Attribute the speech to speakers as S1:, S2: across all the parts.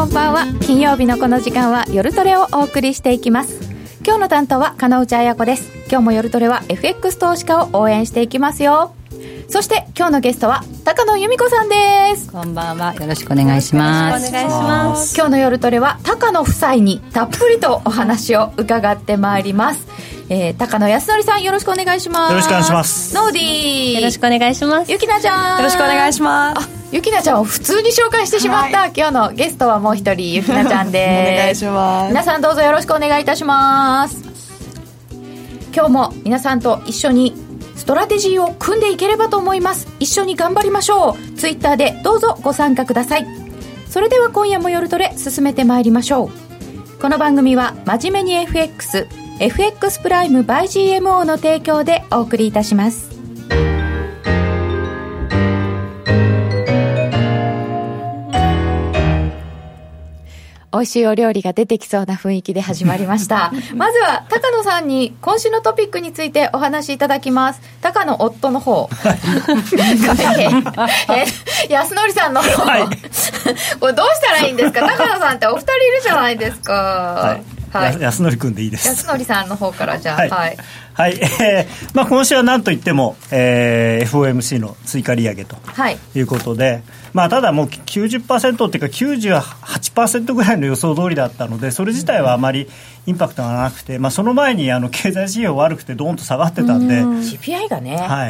S1: こんばんは。金曜日のこの時間は夜トレをお送りしていきます。今日の担当は金内彩子です。今日も夜トレは FX 投資家を応援していきますよ。そして今日のゲストは高野由美子さんです。
S2: こんばんは、よろしくお願いします。
S1: お願いします。今日の夜トレは高野夫妻にたっぷりとお話を伺ってまいります。高野康則さん、よろしくお願いします。
S3: よろしくお願いします。
S1: ノーディー、
S2: よろしくお願いします。
S1: ゆきなちゃん、
S4: よろしくお願いします。
S1: ゆきなちゃんを普通に紹介してしまった、はい、今日のゲストはもう一人ゆきなちゃんです
S4: お願いします。
S1: 皆さんどうぞよろしくお願いいたします。今日も皆さんと一緒にストラテジーを組んでいければと思います。一緒に頑張りましょう。ツイッターでどうぞご参加ください。それでは今夜も夜トレ進めてまいりましょう。この番組は真面目に FX プライム by GMO の提供でお送りいたします。美味しいお料理が出てきそうな雰囲気で始まりましたまずは高野さんに今週のトピックについてお話しいただきます。高野夫の方安則さんの方、はい、これどうしたらいいんですか。高野さんってお二人いるじゃないですか。
S3: はいはい、安則君でいいです。
S1: 安則さんの方からじゃあ、
S3: はいはいはい、今週は何といっても、FOMC の追加利上げということで、はい、ただもう 90% っていうか 98% ぐらいの予想通りだったので、それ自体はあまりインパクトがなくて、その前に経済指標悪くてドーンと下がってたんで、
S1: CPI がね、
S3: はい、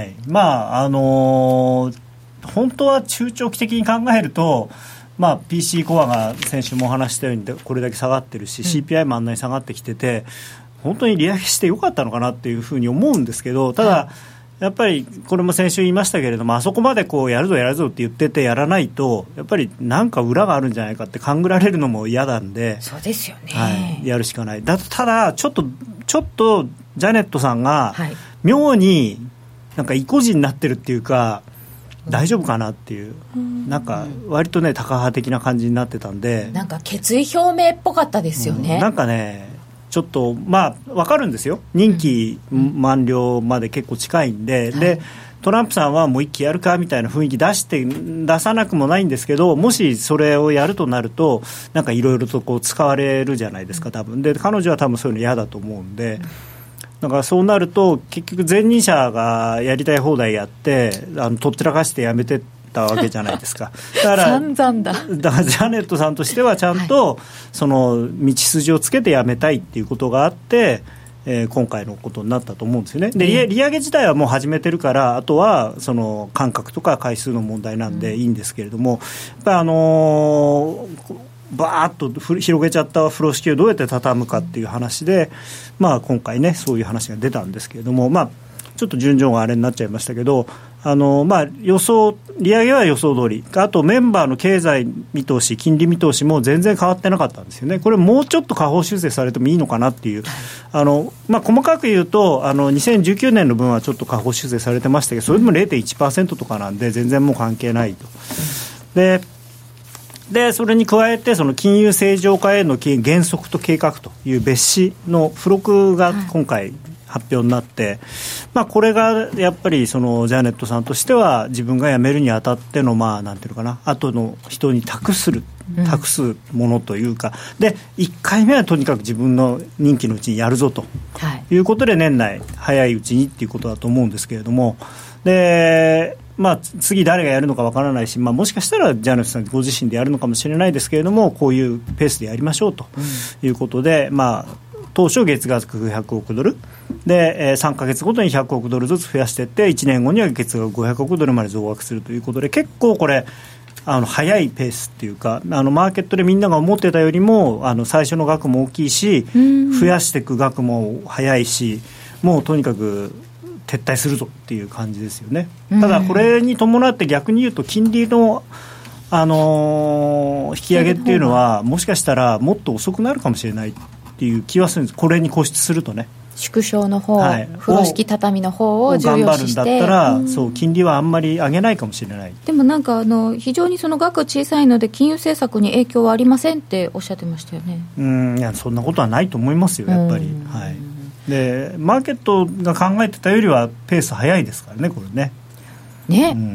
S3: 本当は中長期的に考えるとPC コアが先週もお話したようにこれだけ下がってるし、CPI もあんなに下がってきてて、本当に利上げしてよかったのかなっていうふうに思うんですけど、ただやっぱりこれも先週言いましたけれども、あそこまでやるぞやるぞって言っててやらないと、やっぱりなんか裏があるんじゃないかって勘ぐられるのも嫌なんで、
S1: そうですよね、
S3: はい、やるしかない。ただちょっとジャネットさんが妙になんか意固地になってるっていうか、大丈夫かなっていう、なんか割とねタカ派的な感じになってたんで、
S1: なんか決意表明っぽかったですよね。
S3: なんかねちょっと分かるんですよ、任期満了まで結構近いんで、でトランプさんはもう一期やるかみたいな雰囲気出さなくもないんですけど、もしそれをやるとなるとなんかいろいろと使われるじゃないですか多分で、彼女は多分そういうの嫌だと思うんで、だからそうなると結局前任者がやりたい放題やってとっちらかしてやめてったわけじゃないですか。だから
S1: 散々だ
S3: からジャネットさんとしてはちゃんとその道筋をつけてやめたいっていうことがあって、今回のことになったと思うんですよね。で利上げ自体はもう始めてるから、あとはその間隔とか回数の問題なんでいいんですけれども、やっぱりバーッと広げちゃった風呂敷をどうやって畳むかっていう話で、今回ねそういう話が出たんですけれども、ちょっと順序があれになっちゃいましたけど、予想利上げは予想通り、あとメンバーの経済見通し金利見通しも全然変わってなかったんですよね。これもうちょっと下方修正されてもいいのかなっていう、細かく言うと2019年の分はちょっと下方修正されてましたけど、それでも 0.1% とかなんで全然もう関係ないと。でそれに加えてその金融正常化への原則と計画という別紙の付録が今回発表になって、これがやっぱりそのジャネットさんとしては自分が辞めるにあたってのなんていうのかな、後の人に託すものというか、で1回目はとにかく自分の任期のうちにやるぞということで、年内早いうちにっていうことだと思うんですけれども、で次誰がやるのかわからないし、もしかしたらジャネットさんご自身でやるのかもしれないですけれども、こういうペースでやりましょうということで、当初月額100億ドルで、3ヶ月ごとに100億ドルずつ増やしていって、1年後には月額500億ドルまで増額するということで、結構これ早いペースっていうか、マーケットでみんなが思ってたよりも最初の額も大きいし、増やしていく額も早いし、もうとにかく撤退するぞっていう感じですよね。ただこれに伴って逆に言うと金利の引き上げっていうのはもしかしたらもっと遅くなるかもしれないっていう気はするんです。これに固執するとね、
S1: 縮小の方、風呂敷畳の方を重要視して
S3: 頑張るんだったら、そう金利はあんまり上げないかもしれない。
S1: でもなんか非常にその額小さいので金融政策に影響はありませんっておっしゃってましたよね。
S3: いやそんなことはないと思いますよやっぱり、はい、でマーケットが考えてたよりはペース早いですからねこれね。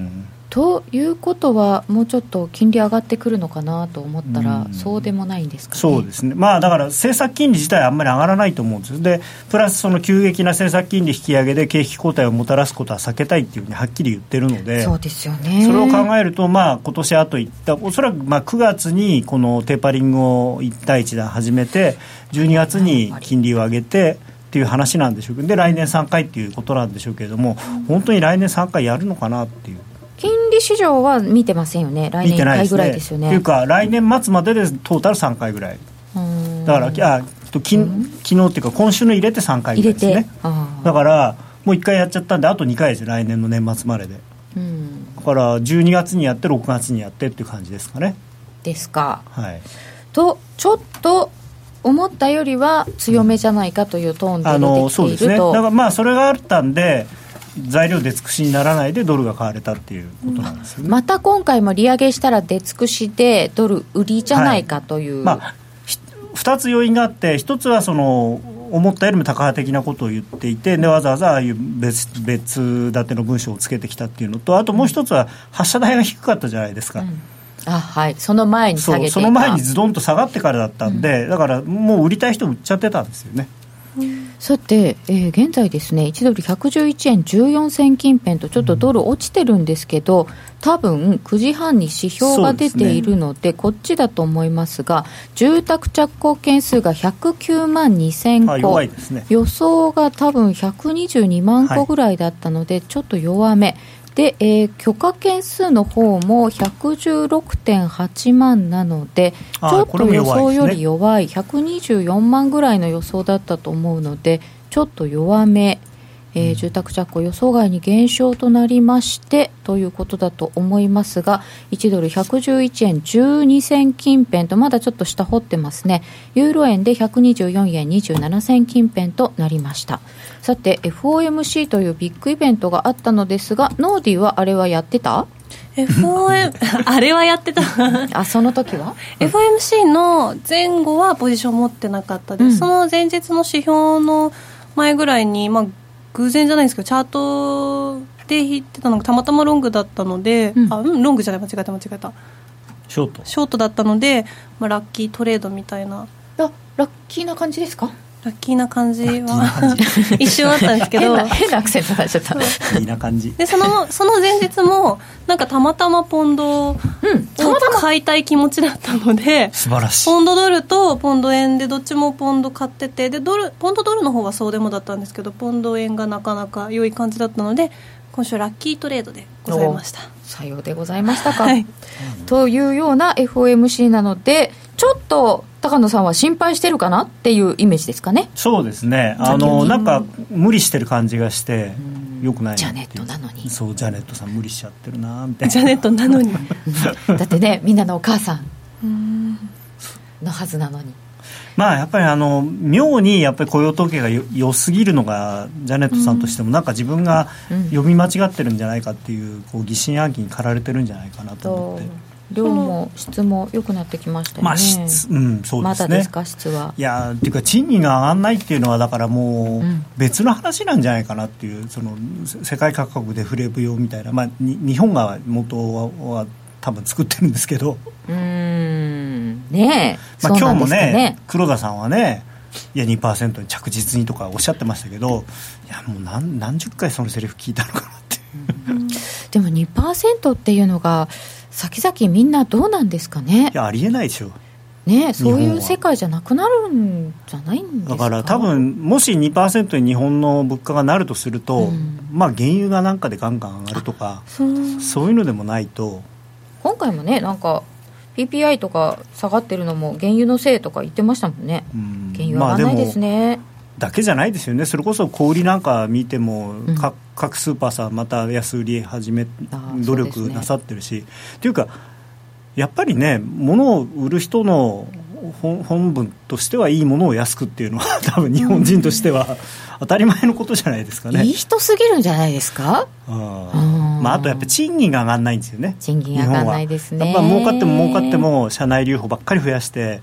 S1: ということはもうちょっと金利上がってくるのかなと思ったら、そうでもないんですかね。
S3: そうですね、だから政策金利自体はあんまり上がらないと思うんです。でプラスその急激な政策金利引き上げで景気後退をもたらすことは避けたいっていうふうにはっきり言ってるので、
S1: そうですよね。
S3: それを考えると、今年あとおそらく9月にこのテーパリングを1対1で始めて12月に金利を上げてっていう話なんでしょうけど、で来年3回っていうことなんでしょうけれども、本当に来年3回やるのかなっていう。
S1: 金利市場は見てませんよね。来年1回ぐらいですよね。
S3: というか来年末まででトータル3回ぐらいだから昨日っていうか今週の入れて3回ぐらいですね。だからもう1回やっちゃったんであと2回ですよ、来年の年末までで。だから12月にやって6月にやってっていう感じですかね。
S1: ですか、
S3: はい、
S1: とちょっと思ったよりは強めじゃないかというトーンで出てきていると。
S3: そうですね、だからそれがあったんで材料出尽くしにならないでドルが買われたっていうことなんですよね。
S1: また今回も利上げしたら出尽くしでドル売りじゃないかという、
S3: 2つ要因があって、1つはその思ったよりも高派的なことを言っていて、でわざわざああいう別立ての文章をつけてきたっていうのと、あともう1つは発射台が低かったじゃないですか。
S1: その前に下げていた。
S3: その前にズドンと下がってからだったんで、だからもう売りたい人売っちゃってたんですよね。
S1: さて、現在ですね1ドル111円14銭近辺とちょっとドル落ちてるんですけど、多分9時半に指標が出ているの でこっちだと思いますが、住宅着工件数が109万2000個、
S3: 弱いですね。
S1: 予想が多分122万個ぐらいだったので、ちょっと弱めで、許可件数の方も 116.8 万なのでちょっと予想より弱い124万ぐらいの予想だったと思うのでちょっと弱め、住宅着工予想外に減少となりましてということだと思いますが、1ドル111円12銭近辺とまだちょっと下掘ってますね。ユーロ円で124円27銭近辺となりました。さて FOMC というビッグイベントがあったのですが、ノーディはあれはやってた？
S4: あれはやってた
S1: その時は
S4: FOMC の前後はポジション持ってなかったです、その前日の指標の前ぐらいに、偶然じゃないですけどチャートで引いてたのがたまたまロングだったので、ロングじゃない、間違えたショートだったので、ラッキートレードみたいな。
S1: ラッキーな感じですか？
S4: ラッキーな感じは一瞬あったんですけど
S1: 変なアクセントになっちゃった。
S3: いいな感じで、
S4: その前日もなんかたまたまポンドを買いたい気持ちだったので、
S3: 素晴らしい。
S4: ポンドドルとポンド円でどっちもポンド買ってて、でポンドドルの方はそうでもだったんですけど、ポンド円がなかなか良い感じだったので今週ラッキートレードでございました。
S1: さようでございましたか、というような FOMC なので、ちょっと高野さんは心配してるかなっていうイメージですかね。
S3: そうですね、なんか無理してる感じがしてよくないなっていう。
S1: ジャネットなのに。
S3: そう、ジャネットさん無理しちゃってるなみたいな。
S4: ジャネットなのに
S1: だってね、みんなのお母さんのはずなのに。
S3: やっぱり妙にやっぱり雇用統計が良すぎるのがジャネットさんとしても、なんか自分が読み間違ってるんじゃないかっていう、疑心暗鬼に駆られてるんじゃないかなと思って。
S1: 量も質も良くなってきましたよね。
S3: そうですね。
S1: まだですか、質は。
S3: いやっていうか賃金が上がらないっていうのはだからもう別の話なんじゃないかなっていう、その世界価格デフレ不要みたいな、日本が元は多分作ってるんですけど、
S1: ねえ、
S3: 今日もね黒田さんはね、いや 2% に着実にとかおっしゃってましたけど、いやもう何十回そのセリフ聞いたのかなって
S1: でも 2% っていうのが先々みんなどうなんですかね。
S3: いやありえないでしょ
S1: ね、そういう世界じゃなくなるんじゃないんですか。
S3: だから多分もし 2% に日本の物価がなるとすると、原油がなんかでガンガン上がるとか、そういうのでもないと。
S1: 今回もね、なんか PPI とか下がってるのも原油のせいとか言ってましたもんね。原油上がらないですね。
S3: だけじゃないですよね。それこそ小売りなんか見ても、各スーパーさんまた安売り始め努力なさってるし、っていうかやっぱりね、物を売る人の本分としてはいいものを安くっていうのは多分日本人としては当たり前のことじゃないですかね。
S1: いい人すぎるんじゃないですか。
S3: あとやっぱり賃金が上がらないんですよね。
S1: 賃金上がらないですね。
S3: やっぱ儲かっても社内留保ばっかり増やして、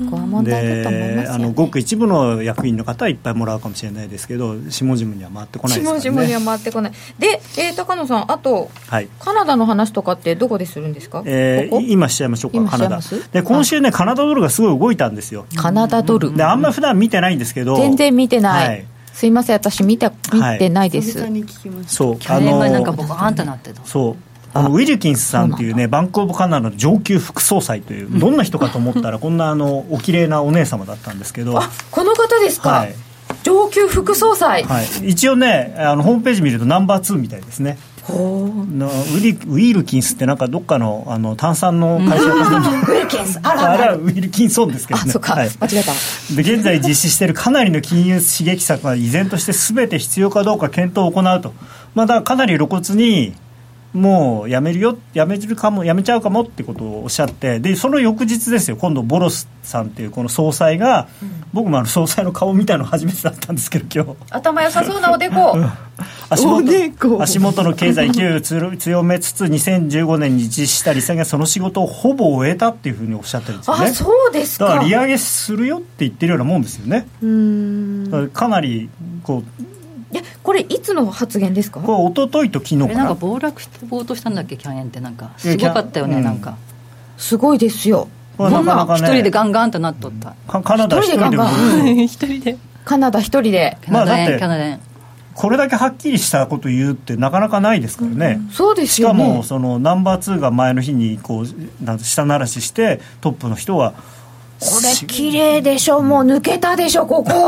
S1: そこは問題だと思いますよね。
S3: でごく一部の役員の方はいっぱいもらうかもしれないですけど、下々には回ってこないですからね。
S1: 下々には回ってこない。で、高野さん、あと、はい、カナダの話とかってどこでするんですか？
S3: 今しちゃいましょうか。カナダで今週ね、カナダドルがすごい動いたんですよ。
S1: カナダドル
S3: であんまり普段見てないんですけど、
S1: 全然見てない、はい、すいません、私見てないです。
S3: そう、
S2: 去年前なんかボカーンとなってた。
S3: そう、ウィルキンスさんというね、バンクオブカナダの上級副総裁という、どんな人かと思ったらこんなお綺麗なお姉様だったんですけど。
S1: あ、この方ですか？はい、上級副総裁、
S3: はい、一応ね、ホームページ見るとナンバー2みたいですね。ウィルキンスってなんかどっかの炭酸の会社かな、
S1: ウィルキンス、あ
S3: れはウィルキンソンですけどね。
S1: あ、そっか、はい、間違えた。
S3: で現在実施しているかなりの金融刺激策が依然として全て必要かどうか検討を行うと、だからかなり露骨にもうやめちゃうかもってことをおっしゃって、でその翌日ですよ、今度ボロスさんっていうこの総裁が、僕も総裁の顔を見たの初めてだったんですけど、今日
S1: 頭良さそうなおでこ
S3: 足元の経済勢いを強めつつ2015年に実施した利下げがその仕事をほぼ終えたっていうふうにおっしゃってるんですよね。
S1: あ、そうですか。
S3: だから利上げするよって言ってるようなもんですよね。だからかなり
S1: これいつの発言ですか？
S3: これ一昨日と昨日かな。
S2: なんか暴落したんだっけ、キャンエンってなんかすごかったよね、なんか
S1: すごいですよ。
S2: こんな一人でガンガンとなっとった。
S3: カナダ一人で
S4: 一人で
S1: カナダ一人で、
S3: だってこれだけはっきりしたこと言うってなかなかないですからね。
S1: そうですよね。
S3: しかもそのナンバー2が前の日に下ならししてトップの人は
S1: これ綺麗でしょ、もう抜けたでしょここ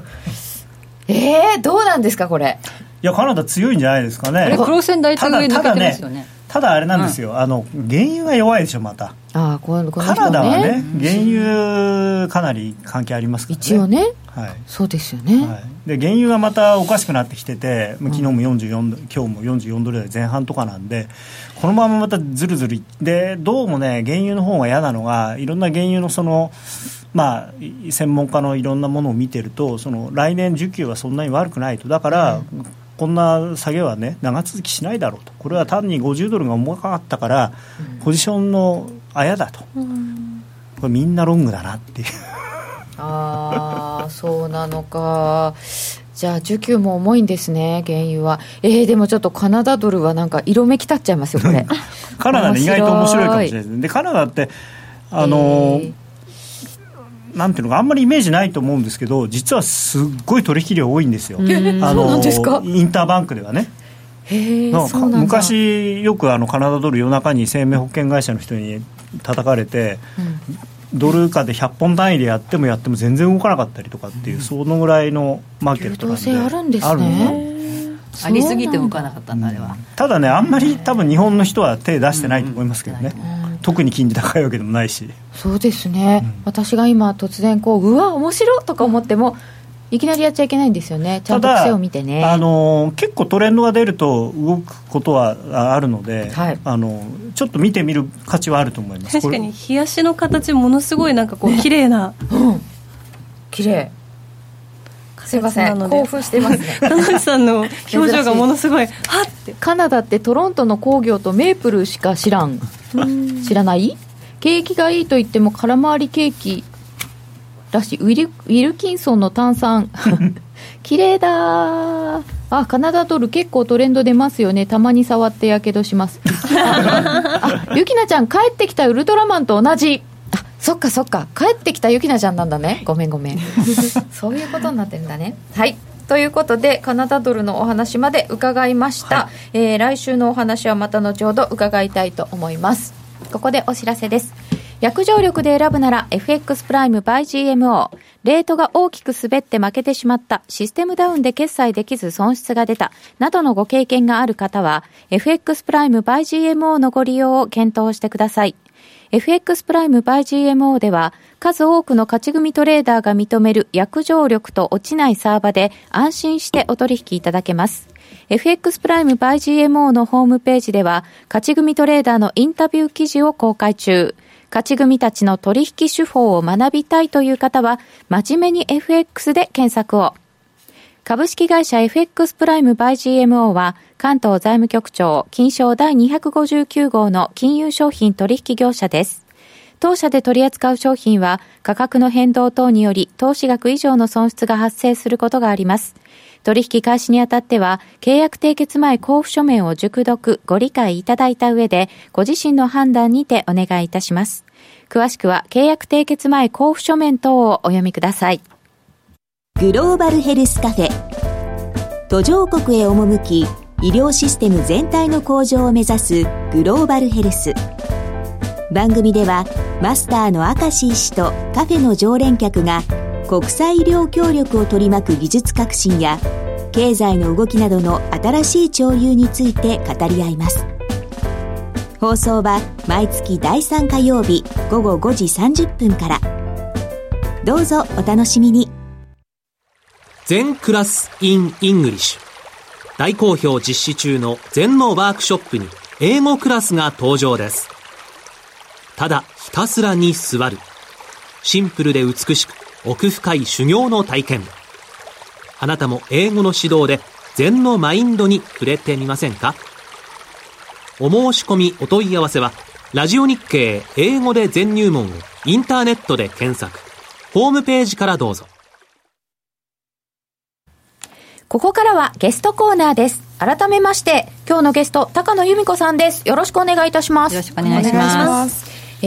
S1: どうなんですかこれ。
S3: いやカナダ強いんじゃないですかね。
S2: あれ黒線大体上抜けてますよね。
S3: ただあれなんですよ、原油が弱いでしょまた。
S1: この人ね、
S3: カナダはね、原油かなり関係ありますからね。
S1: 一応ね、
S3: はい、
S1: そうですよね、
S3: はい、で原油がまたおかしくなってきてて、昨日も44、今日も44ドル台前半とかなんで、このまままたずるずるで、どうもね原油の方が嫌なのが、いろんな原油の専門家のいろんなものを見てると、来年需給はそんなに悪くないと、だから、こんな下げはね長続きしないだろうと、これは単に50ドルが重かったから、ポジションのあやだと、これみんなロングだなっていう
S1: そうなのか。じゃあ需給も重いんですね原油は。でもちょっとカナダドルはなんか色めき立っちゃいますよこれ
S3: カナダね意外と面白いかもしれないです。でカナダってなんていうのかあんまりイメージないと思うんですけど、実はすっごい取引量多いんですよ。
S1: そうなんですか？
S3: インターバンクではね。
S1: そうなんだ。
S3: 昔よくカナダドル夜中に生命保険会社の人に叩かれて、ドル価で100本単位でやっても全然動かなかったりとかっていう、そのぐらいのマーケットなんで。
S1: 流動性あるんですね。
S2: ありすぎて動かなかったんだ、あれは。
S3: ただねあんまり多分日本の人は手出してないと思いますけどね、特に金利高いわけでもないし。
S1: そうですね、私が今突然うわ面白いとか思ってもいきなりやっちゃいけないんですよね。ちゃんと癖を見てね。
S3: 結構トレンドが出ると動くことはあるので、はい、ちょっと見てみる価値はあると思います。
S4: 確かに冷やしの形ものすごいなんか綺麗な、
S1: 綺麗。すいません興奮してますね
S4: 田中さんの表情がものすごいはって。
S1: カナダってトロントの工業とメープルしか知らない。景気がいいと言っても空回り景気らしい。ウィルキンソンの炭酸綺麗だ。カナダドル結構トレンド出ますよね。たまに触ってやけどしますゆきなちゃん帰ってきたウルトラマンと同じ。そっか帰ってきたゆきなちゃんなんだね。ごめんそういうことになってるんだね。はい、ということでカナダドルのお話まで伺いました、来週のお話はまた後ほど伺いたいと思います。ここでお知らせです。約定力で選ぶなら FX プライム by GMO。 レートが大きく滑って負けてしまった、システムダウンで決済できず損失が出たなどのご経験がある方は FX プライム by GMO のご利用を検討してください。FX プライム by GMO では数多くの勝ち組トレーダーが認める約定力と落ちないサーバで安心してお取引いただけます。FX プライム by GMO のホームページでは勝ち組トレーダーのインタビュー記事を公開中。勝ち組たちの取引手法を学びたいという方は真面目に FX で検索を。株式会社 FX プライム by GMO は関東財務局長金商第259号の金融商品取引業者です。 当社で取り扱う商品は価格の変動等により投資額以上の損失が発生することがあります。取引開始にあたっては契約締結前交付書面を熟読ご理解いただいた上でご自身の判断にてお願いいたします。詳しくは契約締結前交付書面等をお読みください。
S5: グローバルヘルスカフェ、途上国へ赴き医療システム全体の向上を目指すグローバルヘルス。番組ではマスターの明石医師とカフェの常連客が国際医療協力を取り巻く技術革新や経済の動きなどの新しい潮流について語り合います。放送は毎月第3火曜日午後5時30分から。どうぞお楽しみに。
S6: 全クラス in イングリッシュ、大好評実施中の全のワークショップに英語クラスが登場です。ただひたすらに座る、シンプルで美しく奥深い修行の体験。あなたも英語の指導で禅のマインドに触れてみませんか？お申し込みお問い合わせはラジオ日経英語で禅入門をインターネットで検索、ホームページからどうぞ。
S1: ここからはゲストコーナーです。改めまして今日のゲスト高野由美子さんです。よろしくお願いいたします。
S2: よろしくお願いします。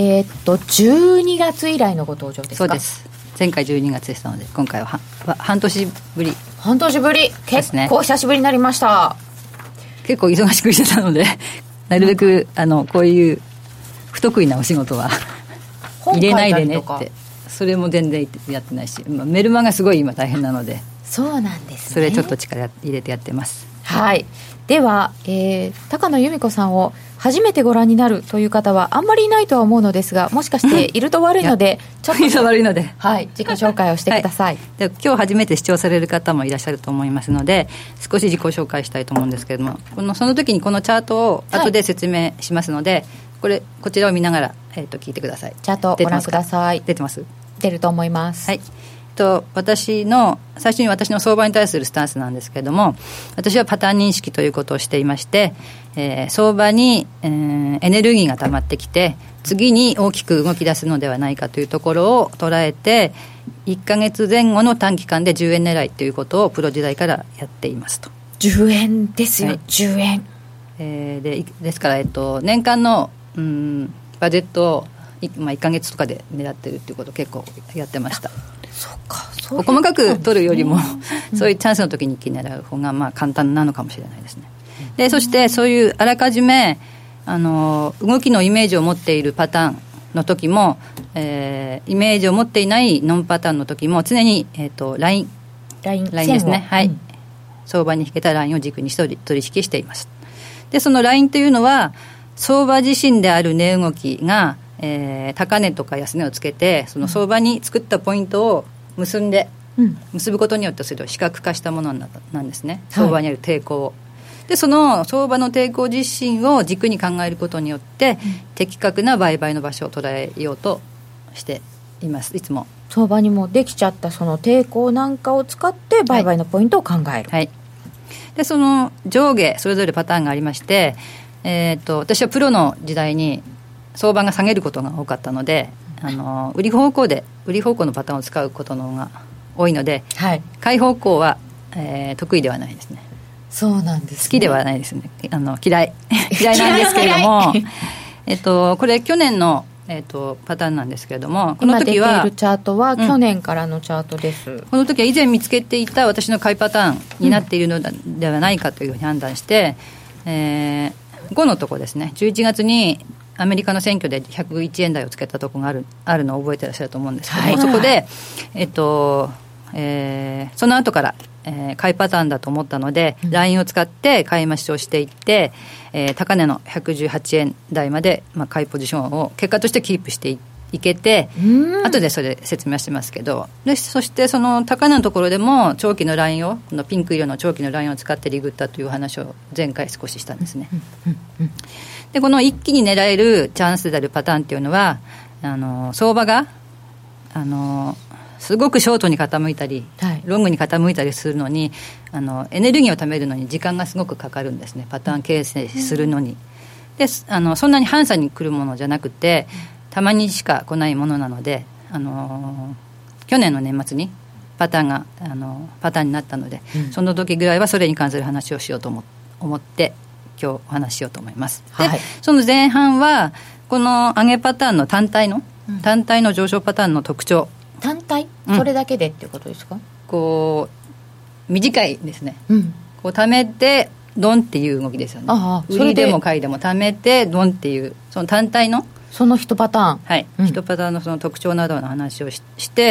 S1: 12月以来のご登場ですか？
S2: そうです。前回12月でしたので今回は半年ぶり。
S1: 半年ぶり、結構久しぶりになりました。
S2: 結構忙しくしてたのでなるべくこういう不得意なお仕事は入れないでねって。それも全然やってないし、メルマガすごい今大変なので。
S1: そうなんですね。
S2: それちょっと力入れてやってます。
S1: はい。では、高野由美子さんを初めてご覧になるという方はあんまりいないとは思うのですが、もしかしていると悪いのでちょっといると悪いので、はい、自己紹介をしてください。
S2: で今日初めて視聴される方もいらっしゃると思いますので少し自己紹介したいと思うんですけれども、その時にこのチャートを後で説明しますので、こちらを見ながら、聞いてください。
S1: チャートをご覧ください。
S2: 出てます？
S1: 出ると思います。
S2: はい。最初に私の相場に対するスタンスなんですけれども、私はパターン認識ということをしていまして、相場に、エネルギーが溜まってきて次に大きく動き出すのではないかというところを捉えて1ヶ月前後の短期間で10円狙いということをプロ時代からやっていますと。
S1: 10円ですよ、はい、10円、
S2: ですから、年間のバジェットを1ヶ月とかで狙ってるっていうことを結構やってました。
S1: そうか、
S2: 細かく取るよりも、そういうチャンスの時に狙う方が簡単なのかもしれないですね。でそしてそういうあらかじめ動きのイメージを持っているパターンの時も、イメージを持っていないノンパターンの時も常に、ラインですね、はい、相場に引けたラインを軸にして取引しています。でそのラインというのは相場自身である値動きが高値とか安値をつけてその相場に作ったポイントを結ぶことによってそれを視覚化したものなんですね、相場にある抵抗を。でその相場の抵抗自身を軸に考えることによって、的確な売買の場所を捉えようとしています。いつも
S1: 相場にもできちゃったその抵抗なんかを使って売買のポイントを考える、
S2: はいはい、でその上下それぞれパターンがありまして、私はプロの時代に相場が下げることが多かったので売り方向のパターンを使うことの方が多いので、はい、買い方向は、得意ではないですね。
S1: そうなんですね。
S2: 好きではないですね。嫌いなんですけれどもこれ去年の、パターンなんですけれども、この時は
S1: 今出ているチャートは去年からのチャートです、
S2: この時は以前見つけていた私の買いパターンになっているのではないかというふうに判断して、5のとこですね、11月にアメリカの選挙で101円台をつけたところがあるのを覚えてらっしゃると思うんですけども、はい、そこで、その後から、買いパターンだと思ったので、ラインを使って買い増しをしていって、高値の118円台まで、買いポジションを結果としてキープしていけて、後でそれ説明してますけど、でそしてその高値のところでも長期のラインを、このピンク色の長期のラインを使ってリグったという話を前回少ししたんですね。でこの一気に狙えるチャンスであるパターンっていうのは相場がすごくショートに傾いたり、はい、ロングに傾いたりするのにエネルギーを貯めるのに時間がすごくかかるんですね、パターン形成するのに。でそんなに反射に来るものじゃなくて、 たまにしか来ないものなので、去年の年末にパターンになったので、その時ぐらいはそれに関する話をしようと思って今日お話ししようと思います。で、その前半はこの上げパターンの単体の上昇パターンの特徴。
S1: 単体、それだけでっていうことですか？
S2: こう短いですね、こう貯めてドンっていう動きですよね。売りでも買いでも貯めてドンっていうその単体の
S1: その一パターン、
S2: はい、一パターンのその特徴などの話を して、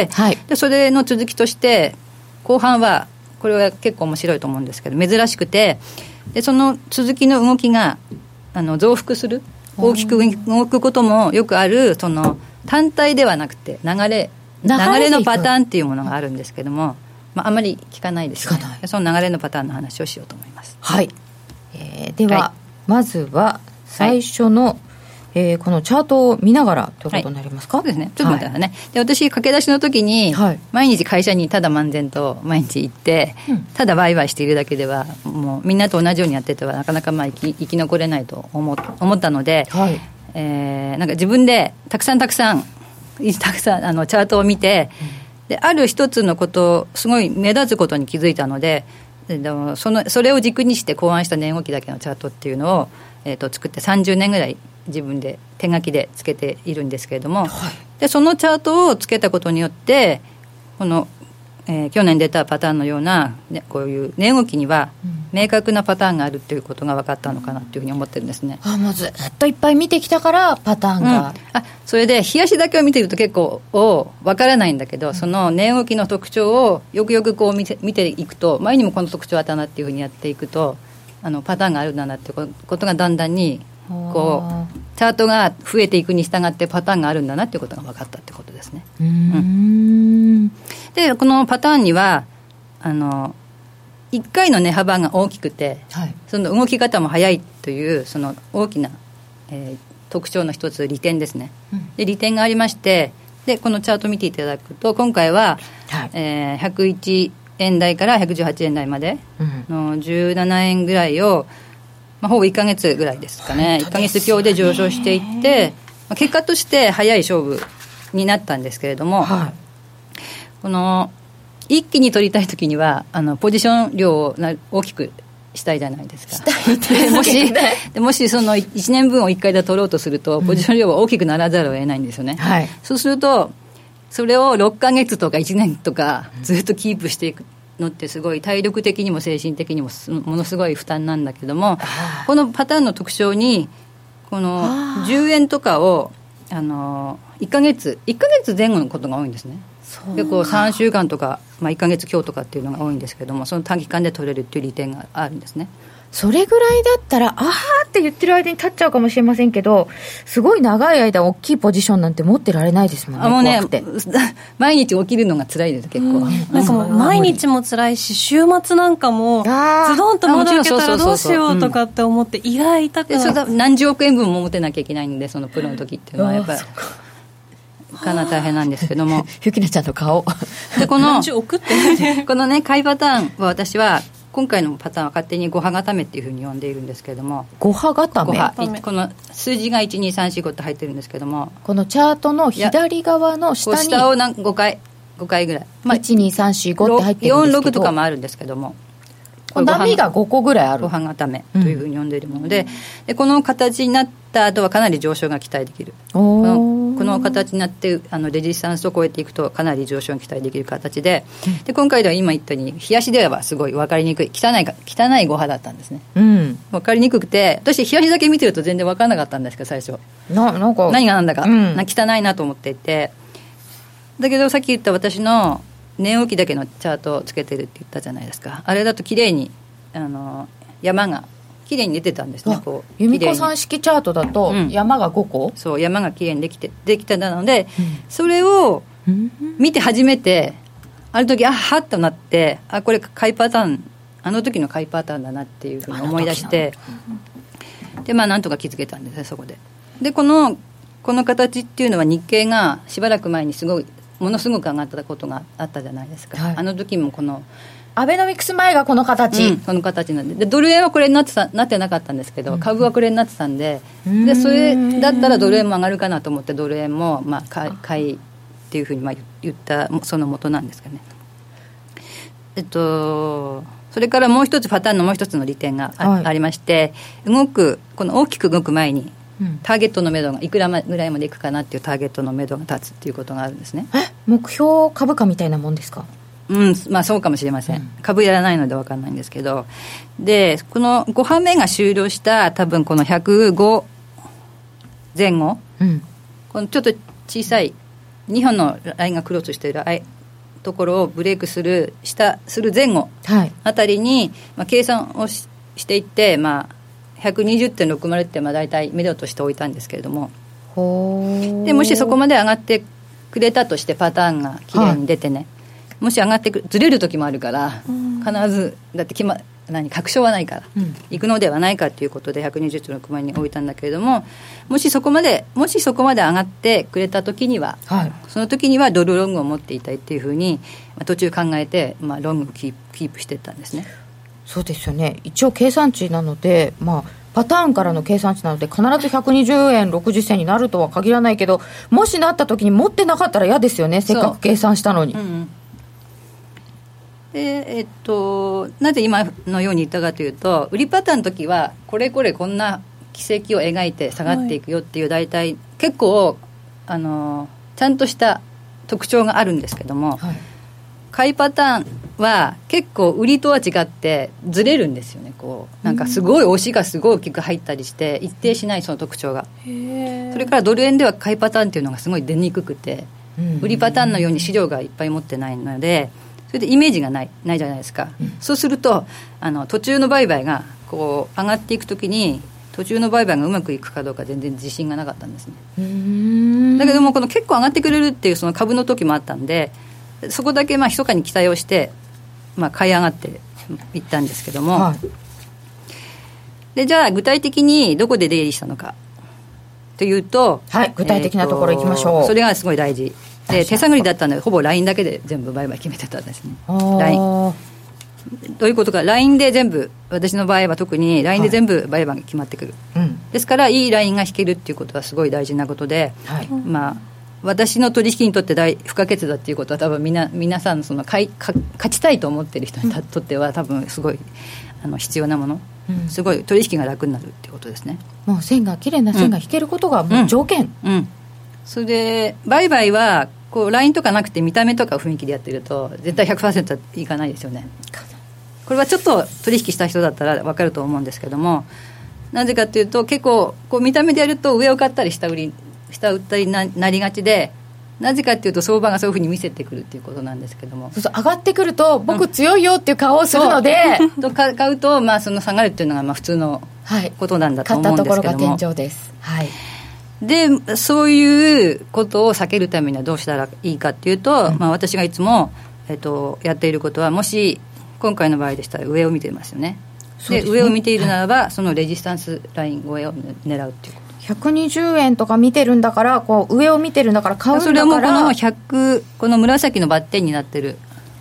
S2: でそれの続きとして後半はこれは結構面白いと思うんですけど、珍しくて、でその続きの動きが増幅する、大きく動くこともよくある、その単体ではなくて流れのパターンっていうものがあるんですけども、あんまり聞かないですね。その流れのパターンの話をしようと思います。
S1: はい、では、まずは最初の、このチャートを見ながらということになりますか？
S2: そうですね。ちょっと待ってくださいね。で、私駆け出しの時に、毎日会社にただ漫然と毎日行って、ただワイワイしているだけではもうみんなと同じようにやっててはなかなか生き残れないと思ったので、なんか自分でたくさんチャートを見て、である一つのことすごい目立つことに気づいたので、それを軸にして考案した値動きだけのチャートっていうのを、作って30年ぐらい自分で手書きでつけているんですけれども、でそのチャートをつけたことによってこの、去年出たパターンのような、こういう値動きには明確なパターンがあるということが分かったのかなというふうに思ってるんですね。
S1: もうずっといっぱい見てきたからパターンが、
S2: それで日足だけを見てると結構分からないんだけど、その値動きの特徴をよくよくこう見ていくと、前にもこの特徴あったなっていうふうにやっていくと、パターンがあるんだなっていうことがだんだんにこうチャートが増えていくに従ってパターンがあるんだなっていうことが分かったってことですね。でこのパターンには1回の値幅が大きくて、その動き方も速いというその大きな、特徴の一つ利点ですね。で利点がありまして、でこのチャートを見ていただくと今回は、101円台から118円台までの17円ぐらいを、ほぼ1ヶ月ぐらいですかね、1ヶ月強で上昇していって、結果として早い勝負になったんですけれども、この一気に取りたいときにはポジション量を大きくしたいじゃないですか。もしその1年分を1回で取ろうとすると、ポジション量は大きくならざるを得ないんですよね。そうするとそれを6ヶ月とか1年とかずっとキープしていくのってすごい体力的にも精神的にもものすごい負担なんだけども、このパターンの特徴にこの10円とかを1ヶ月前後のことが多いんですね。結構3週間とか、1ヶ月強とかっていうのが多いんですけども、その短期間で取れるっていう利点があるんですね。
S1: それぐらいだったらって言ってる間に立っちゃうかもしれませんけど、すごい長い間大きいポジションなんて持ってられないですもんね。
S2: もうね、
S1: 怖くて
S2: 毎日起きるのが辛いです結構。
S4: なんかもう毎日も辛いし、週末なんかもズドンと窓開けたらどうしようとかって思って胃が痛くなる。
S2: それ何十億円分も持てなきゃいけないんで、そのプロの時っていうのはやっぱりかなり大変なんですけども
S1: ゆきなちゃんの顔
S2: でこの
S4: 何十億って
S2: このね買いパターンは私は今回のパターンは勝手に5波固めっていうふうに呼んでいるんですけれども、
S1: 5波固め、
S2: この数字が12345って入ってるんですけども、こ
S1: のチャートの左側の下に
S2: 下を5回ぐらい、
S1: 12345って入ってるんですけど、
S2: 46とかもあるんですけども、
S1: 波が5個ぐらいある、
S2: 5波固めというふうに呼んでいるもので、でこの形になった後はかなり上昇が期待できる。この形になってレジスタンスを超えていくとかなり上昇が期待できる形で、今回では今言ったように日足ではすごい分かりにくい汚い5波だったんですね。分かりにくくて、私日足だけ見てると全然分からなかったんですけど、最初なんか何がなんだか、汚いなと思っていて、だけどさっき言った私の値動きだけのチャートをつけてるって言ったじゃないですか。あれだと綺麗に山が綺麗に出てたんですね。
S1: 由美子さん式チャートだと、山が5個、
S2: そう山が綺麗にできてたので、それを見て初めてある時はっとなって、これ買いパターン、あの時の買いパターンだなっていうふうに思い出して、でなんとか気づけたんですね、そこで。でこの形っていうのは日経がしばらく前にすごいものすごく上がったことがあったじゃないですか、はい、あの時もこの
S1: アベノミクス前がこの形、
S2: この形なんで、ドル円はこれになってなかったんですけど、株はこれになってたんで、でそれだったらドル円も上がるかなと思ってドル円もまあ買いっていうふうにまあ言ったその元なんですかね。それからもう一つパターンのもう一つの利点が ありまして、この大きく動く前にターゲットの目処がいくらぐらいまでいくかなっていうターゲットの目処が立つっていうことがあるんですね。
S1: 目標株価みたいなもんですか？
S2: まあそうかもしれません、株やらないので分かんないんですけど、でこの5波目が終了した多分この105前後、このちょっと小さい2本のラインがクロスしているところをブレイクする前後あたりに、まあ、計算を していって、まあ、120.60 ってまあ大体目処としておいたんですけれども、でもしそこまで上がってくれたとしてパターンがきれいに出てね、もし上がってずれる時もあるから必ずだって確証はないから、行くのではないかということで 120.6 万に置いたんだけれども、もしそこまで上がってくれた時には、その時にはドルロングを持っていたいっていうふうに、途中考えて、まあ、ロングをキープしていったんですね。
S1: そうですよね。一応計算値なので、まあ、パターンからの計算値なので必ず120円60銭になるとは限らないけど、もしなった時に持ってなかったら嫌ですよね。せっかく計算したのに。
S2: でなぜ今のように言ったかというと、売りパターンの時はこれこんな軌跡を描いて下がっていくよっていう、大体結構ちゃんとした特徴があるんですけども、買いパターンは結構売りとは違ってずれるんですよね。こうなんかすごい押しがすごい大きく入ったりして一定しない、その特徴が。それからドル円では買いパターンっていうのがすごい出にくくて、売りパターンのように資料がいっぱい持ってないので、それでイメージがないじゃないですか、そうすると途中の売買がこう上がっていくときに途中の売買がうまくいくかどうか全然自信がなかったんですね。だけどもこの結構上がってくれるっていうその株の時もあったんで、そこだけまあ密かに期待をして、まあ、買い上がっていったんですけども、でじゃあ具体的にどこで出入りしたのかというと、
S1: 具体的なところ行きましょう。
S2: それがすごい大事で、手探りだったのでほぼ LINE だけで全部売買決めてたんですね。 LINE どういうことか、 LINE で全部、私の場合は特に LINE で全部売買が決まってくる、ですからいい LINE が引けるっていうことはすごい大事なことで、まあ私の取引にとって不可欠だっていうことは多分皆さんその勝ちたいと思っている人にとっては多分すごい必要なもの、すごい取引が楽になるっていうことですね。
S1: もう綺麗な線が引けることがもう条件、
S2: それで売買はこう LINE とかなくて見た目とか雰囲気でやってると絶対 100% いかないですよね。これはちょっと取引した人だったら分かると思うんですけども、なぜかというと結構こう見た目でやると上を買ったり下売ったり なりがちで、なぜかというと相場がそういうふうに見せてくるということなんですけども、
S1: 上がってくると僕強いよっていう顔をするので、
S2: 買うとまあその下がるっていうのがまあ普通のことなんだと思うんですけども、
S1: 買ったところが天井です。
S2: でそういうことを避けるためにはどうしたらいいかっていうと、まあ、私がいつも、やっていることは、もし今回の場合でしたら上を見てますよね。で上を見ているならば、そのレジスタンスライン上を狙うっていうこと。
S1: 120円とか見てるんだから、こう上を見てるんだから買うんだから、
S2: それもこの紫のバッテンになってる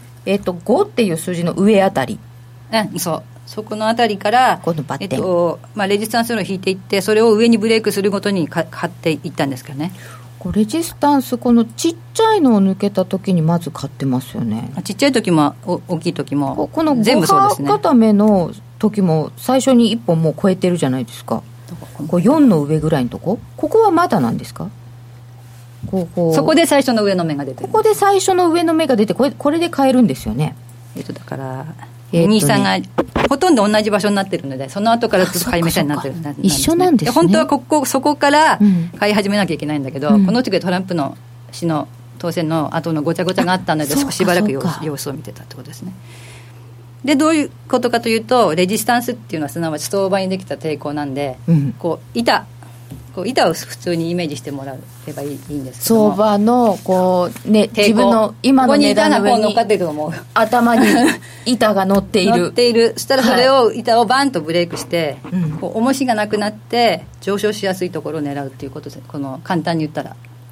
S1: 5っていう数字の上あたり、
S2: そこのあたりから
S1: このバッテン、
S2: まあ、レジスタンスを引いていって、それを上にブレイクするごとに買っていったんですかね。
S1: レジスタンス、このちっちゃいのを抜けた時にまず買ってますよね。
S2: ちっちゃい時も大きい時も
S1: この
S2: 全部そうですね。
S1: 5波固めの時も最初に1本もう超えてるじゃないですか。こう4の上ぐらいのとここはまだなんですか。
S2: そこで最初の上の目が出てる。
S1: ここで最初の上の目が出て、これで買えるんですよね。
S2: だから23がほとんど同じ場所になってるので、その後からずっと買い目線になってるんです、ね、
S1: 一緒なんですね。
S2: 本当はそこから買い始めなきゃいけないんだけど、この時トランプの氏の当選の後のごちゃごちゃがあったので、しばらく様子を見てたってことですね。でどういうことかというと、レジスタンスっていうのはすなわち相場にできた抵抗なんで、こう板を普通にイメージしてもらえばいいんですけども、
S1: 相場の自分の今の値段の上に頭に板が乗っている
S2: そしたらそれを板をバンとブレイクして、こう重しがなくなって上昇しやすいところを狙うっていうことです。この簡単に言ったら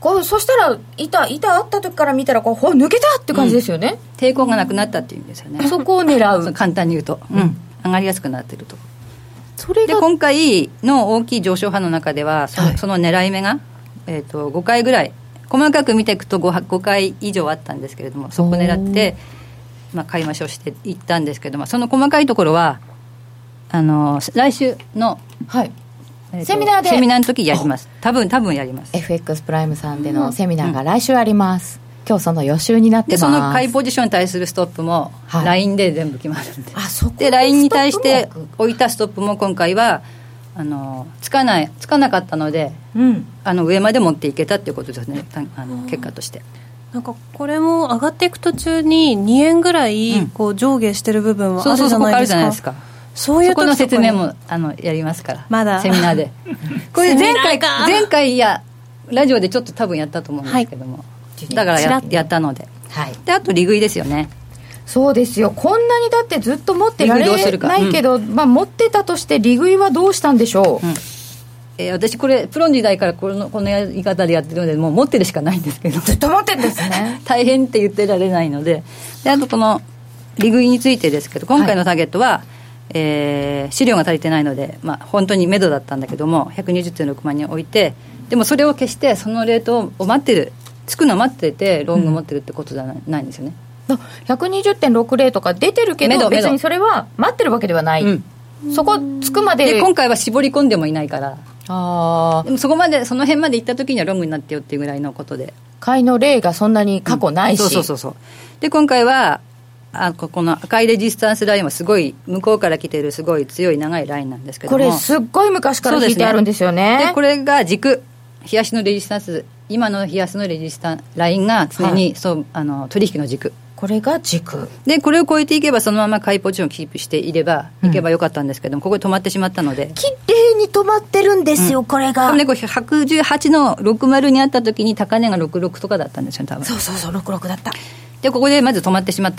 S1: こうそしたら板あった時から見たらこう抜けたって感じですよね、
S2: 抵抗がなくなったっていうんですよね。
S1: そこを狙う
S2: 簡単に言うと、上がりやすくなってると。
S1: それが
S2: で今回の大きい上昇波の中ではその狙い目が、5回ぐらい細かく見ていくと 5回以上あったんですけれども、そこを狙って、買い増しをしていったんですけども、その細かいところは来週の、セミナーの時やります。多分やります。
S1: FX プライムさんでのセミナーが来週あります、今日その予習になってます。
S2: でその買いポジションに対するストップも LINE で全部決まるんで、
S1: そこ
S2: で LINE に対して置いたストップも今回はつかなかったので、上まで持っていけたっていうことですね、結果として。
S4: なんかこれも上がっていく途中に2円ぐらいこう上下してる部分はあるじゃないですか。
S2: そこあるじゃないですか。
S4: そういう
S2: そこの説明もやりますから、
S4: まだ
S2: セミナーでこれ前回ラジオでちょっと多分やったと思うんですけども、だからやったので、であと利食いですよね。
S1: そうですよ、こんなにだってずっと持ってられないけど、持ってたとして利食いはどうしたんでしょう。
S2: 私これプロの時代からこのやり方でやってるので、もう持ってるしかないんですけど、
S1: ずっと持ってるんですね
S2: 大変って言ってられないので、あとこの利食いについてですけど、今回のターゲットは、資料が足りてないので、本当に目処だったんだけども 120.6 万に置いて、でもそれを消してそのレートを待ってる、つくの待っててロング持ってるってことじゃないんですよね。
S1: 120.60 とか出てるけど別にそれは待ってるわけではない、そこつくまで。
S2: で今回は絞り込んでもいないから、でもその辺まで行った時にはロングになってよっていうぐらいのことで、
S1: 買いの例がそんなに過去ないし、
S2: そうで今回はこの赤いレジスタンスラインはすごい向こうから来てるすごい強い長いラインなんですけども、
S1: これすっごい昔から引いてあるんですよね。
S2: でこれが軸、冷やしのレジスタンス、今の冷やしのレジスタンラインが常に、取引の軸、
S1: これが軸
S2: で、これを超えていけばそのまま買いポジションをキープしていれば、いけばよかったんですけども、ここで止まってしまったので、
S1: きれいに止まってるんですよ、これが。
S2: 多分ね、これ118の60にあった時に高値が66とかだったんですよ、多分。
S1: そう66だった。
S2: でここでまず止まってしまった。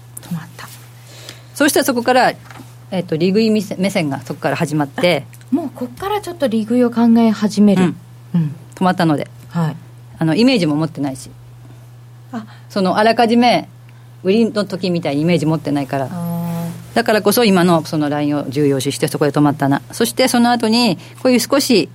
S2: そしたらそこから、利食い目線がそこから始まって、
S1: もうここからちょっと利食いを考え始める、
S2: 止まったので、イメージも持ってないし、そのあらかじめ売りの時みたいにイメージ持ってないから、だからこそ今のそのラインを重要視してそこで止まったな。そしてその後にこういう少し、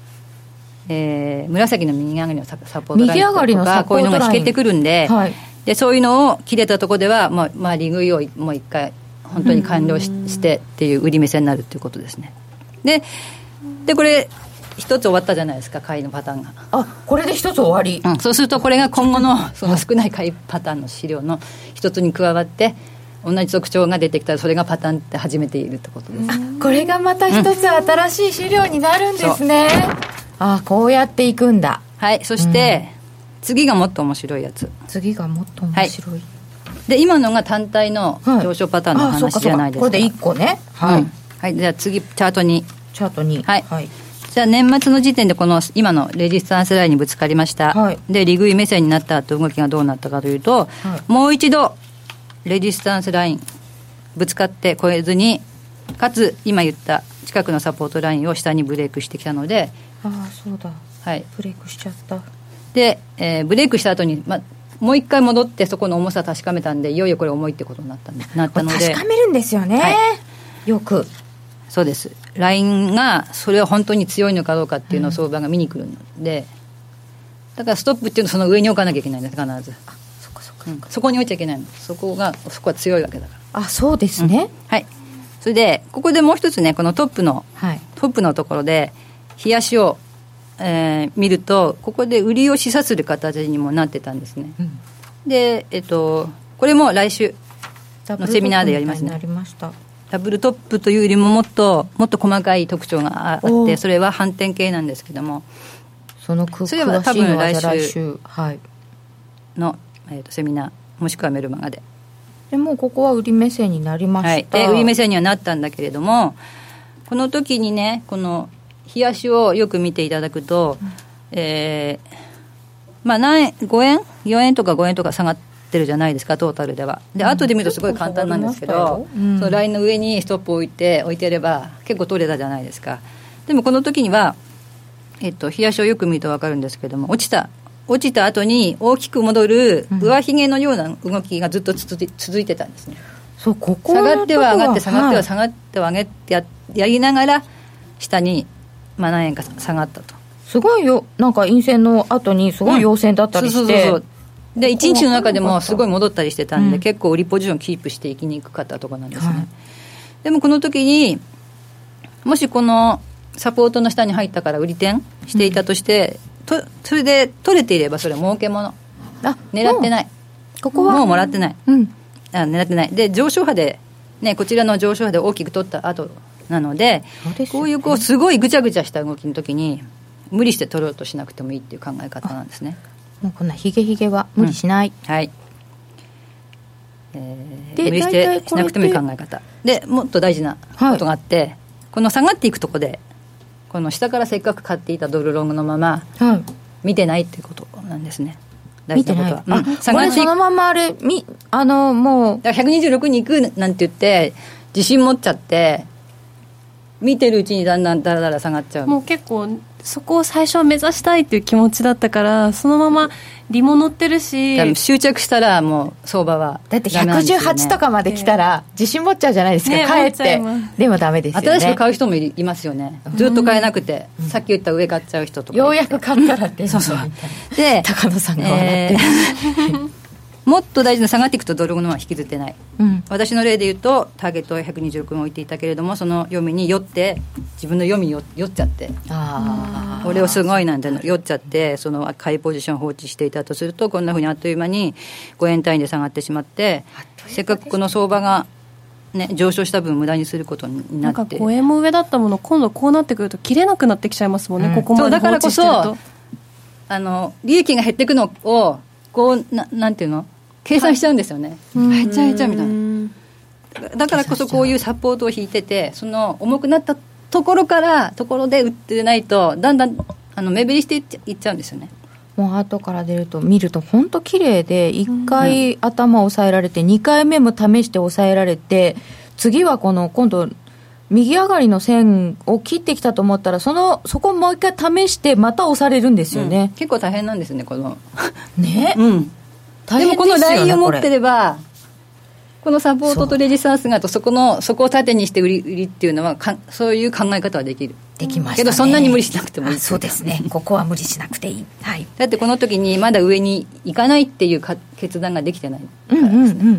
S2: 紫の右上がりのサポートラインとかこういうのが引けてくるんで、でそういうのを切れたところでは、利食いをもう一回本当に完了してっていう売り目線になるっていうことですね。でこれ一つ終わったじゃないですか、買いのパターンが。
S1: これで一つ終わり、
S2: そうするとこれが今後のその少ない買いパターンの資料の一つに加わって同じ特徴が出てきたら、それがパターンって始めているってことです。
S1: これがまた一つ新しい資料になるんですね、こうやっていくんだ。
S2: そして、次がもっと面白いやつ。
S1: 次がもっと面白い、
S2: で今のが単体の上昇パターンの話じゃないですか。
S1: これで1個ね。
S2: じゃあ次チャート2。じゃあ年末の時点でこの今のレジスタンスラインにぶつかりました、で利食い目線になった後動きがどうなったかというと、もう一度レジスタンスラインぶつかって超えずに、かつ今言った近くのサポートラインを下にブレイクしてきたので、
S1: そうだ、ブレイクしちゃった。
S2: で、ブレイクした後に、もう一回戻ってそこの重さ確かめたんで、いよいよこれ重いってことになったので、
S1: 確かめるんですよね、よく。
S2: そうです。ラインがそれは本当に強いのかどうかっていうのを相場が見に来るので、だからストップっていうのはその上に置かなきゃいけないんです、必ず。そこに置いちゃいけないの。そこは強いわけだから。
S1: そうですね、
S2: それでここでもう一つね、このトップのところで冷やしを、見ると、ここで売りを示唆する形にもなってたんですね、で、これも来週のセミナーでやりますね。ダブルトップというよりももっと細かい特徴があって、それは反転系なんですけども、
S1: それは多分来週
S2: の、セミナーもしくはメルマガで。
S1: でもここは売り目線になりました、
S2: で売り目線にはなったんだけれども、この時にね、この冷やしをよく見ていただくと、5円4円とか5円とか下がってるじゃないですか、トータルでは。で後で見るとすごい簡単なんですけど、そのラインの上にストップを置いてやれば結構取れたじゃないですか。でもこの時には、冷やしをよく見ると分かるんですけども、落ちた落ちた後に大きく戻る上髭のような動きがずっと続いてたんですね。
S1: そうここ
S2: 下がっては上がって下がっては下がっては上げってやりながら下に何円か下がったと。
S1: すごいよ、なんか陰線の後にすごい陽線だったりして、
S2: そうで1日の中でもすごい戻ったりしてたんで、結構売りポジションキープしていきにくかったところなんですね、でもこの時にもしこのサポートの下に入ったから売り転していたとして、それで取れていればそれは儲けもの、狙ってない、
S1: ここは
S2: もうもらってない、狙ってないで、上昇波で、ね、こちらの上昇波で大きく取った後なので、こういうすごいぐちゃぐちゃした動きの時に無理して取ろうとしなくてもいいっていう考え方なんですね。
S1: もうこんなヒゲは無理しない、
S2: はい、無理してしなくてもいい考え方で、もっと大事なことがあって、この下がっていくところでこの下からせっかく買っていたドルロングのまま見てないっていうことなんですね。大事なことは、
S1: これそのままもう
S2: だから126に行くなんて言って自信持っちゃって見てるうちにだんだんだらだら下がっちゃう。
S4: もう結構そこを最初は目指したいっていう気持ちだったから、そのまま利も乗ってるし、
S2: 執着したらもう相場は
S1: だって118とかまで来たら自信持っちゃうじゃないですか、かえってでもダメですよね。
S2: 新しく買う人もいますよね、ずっと買えなくて、さっき言った上買っちゃう人とか、
S1: ようやく買ったらって
S2: そうで
S1: 高野さんが笑ってる、
S2: もっと大事な下がっていくとドルのは引きずってない、私の例で言うとターゲットを126に置いていたけれども、その読みに酔って自分の読みに酔っちゃって、これをすごいなんて酔っちゃって、その買いポジションを放置していたとすると、こんなふうにあっという間に5円単位で下がってしまって、せっかくこの相場が、上昇した分無駄にすることになって、
S4: なんか5円も上だったもの今度こうなってくると切れなくなってきちゃいますもんね、ここまで放置してると。
S2: だからこそ利益が減っていくのをこうなんていうの計算しちゃうんですよね、減っちゃうみたいな。だからこそこういうサポートを引いてて、その重くなったところで売ってないとだんだん目減りしていっちゃうんですよね。
S1: もう後から見ると本当綺麗で、1回頭を抑えられて、2回目も試して抑えられて、次は今度右上がりの線を切ってきたと思ったら、そこをもう一回試してまた押されるんですよね、
S2: 結構大変なんですねこの
S1: ね、
S2: でもこのラインを持ってれば、このサポートとレジスタンスがあると、そこを縦にして売りっていうのはそういう考え方はできる。
S1: できましたね。
S2: けどそんなに無理しなくてもいい。
S1: そうですね。ここは無理しなくていい。はい。
S2: だってこの時にまだ上に行かないっていう決断ができてないからですね。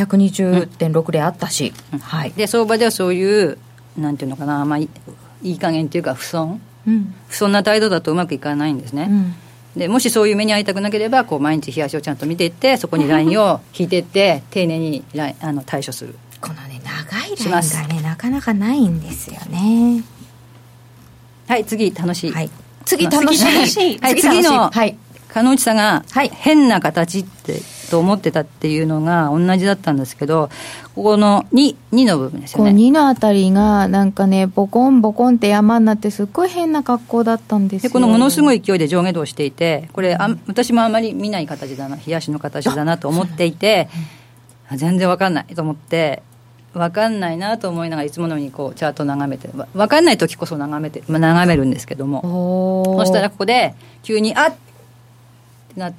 S1: 120.6 であったし、
S2: はい。で相場ではそういうなんていうのかな、いい加減っていうか不損な態度だとうまくいかないんですね。でもしそういう目に遭いたくなければ毎日冷やしをちゃんと見ていって、そこにラインを引いていって丁寧に対処する。
S1: このね長いラインがねなかなかないんですよね。
S2: はい、次楽しい、
S1: 次楽しい、
S2: はい、次の鹿野内さんが変な形ってと思ってたっていうのが同じだったんですけど、ここの 2の部分ですよね。
S1: 2のあたりがなんかねボコンボコンって山になって、すっごい変な格好だったんですよ。
S2: でこのものすごい勢いで上下動していて、これ私もあまり見ない形だな、冷やしの形だなと思っていて、全然わかんないと思って、わかんないなと思いながらいつものようにチャートを眺めて、わかんない時こそ眺めるんですけども、そしたらここで急にあっってなって、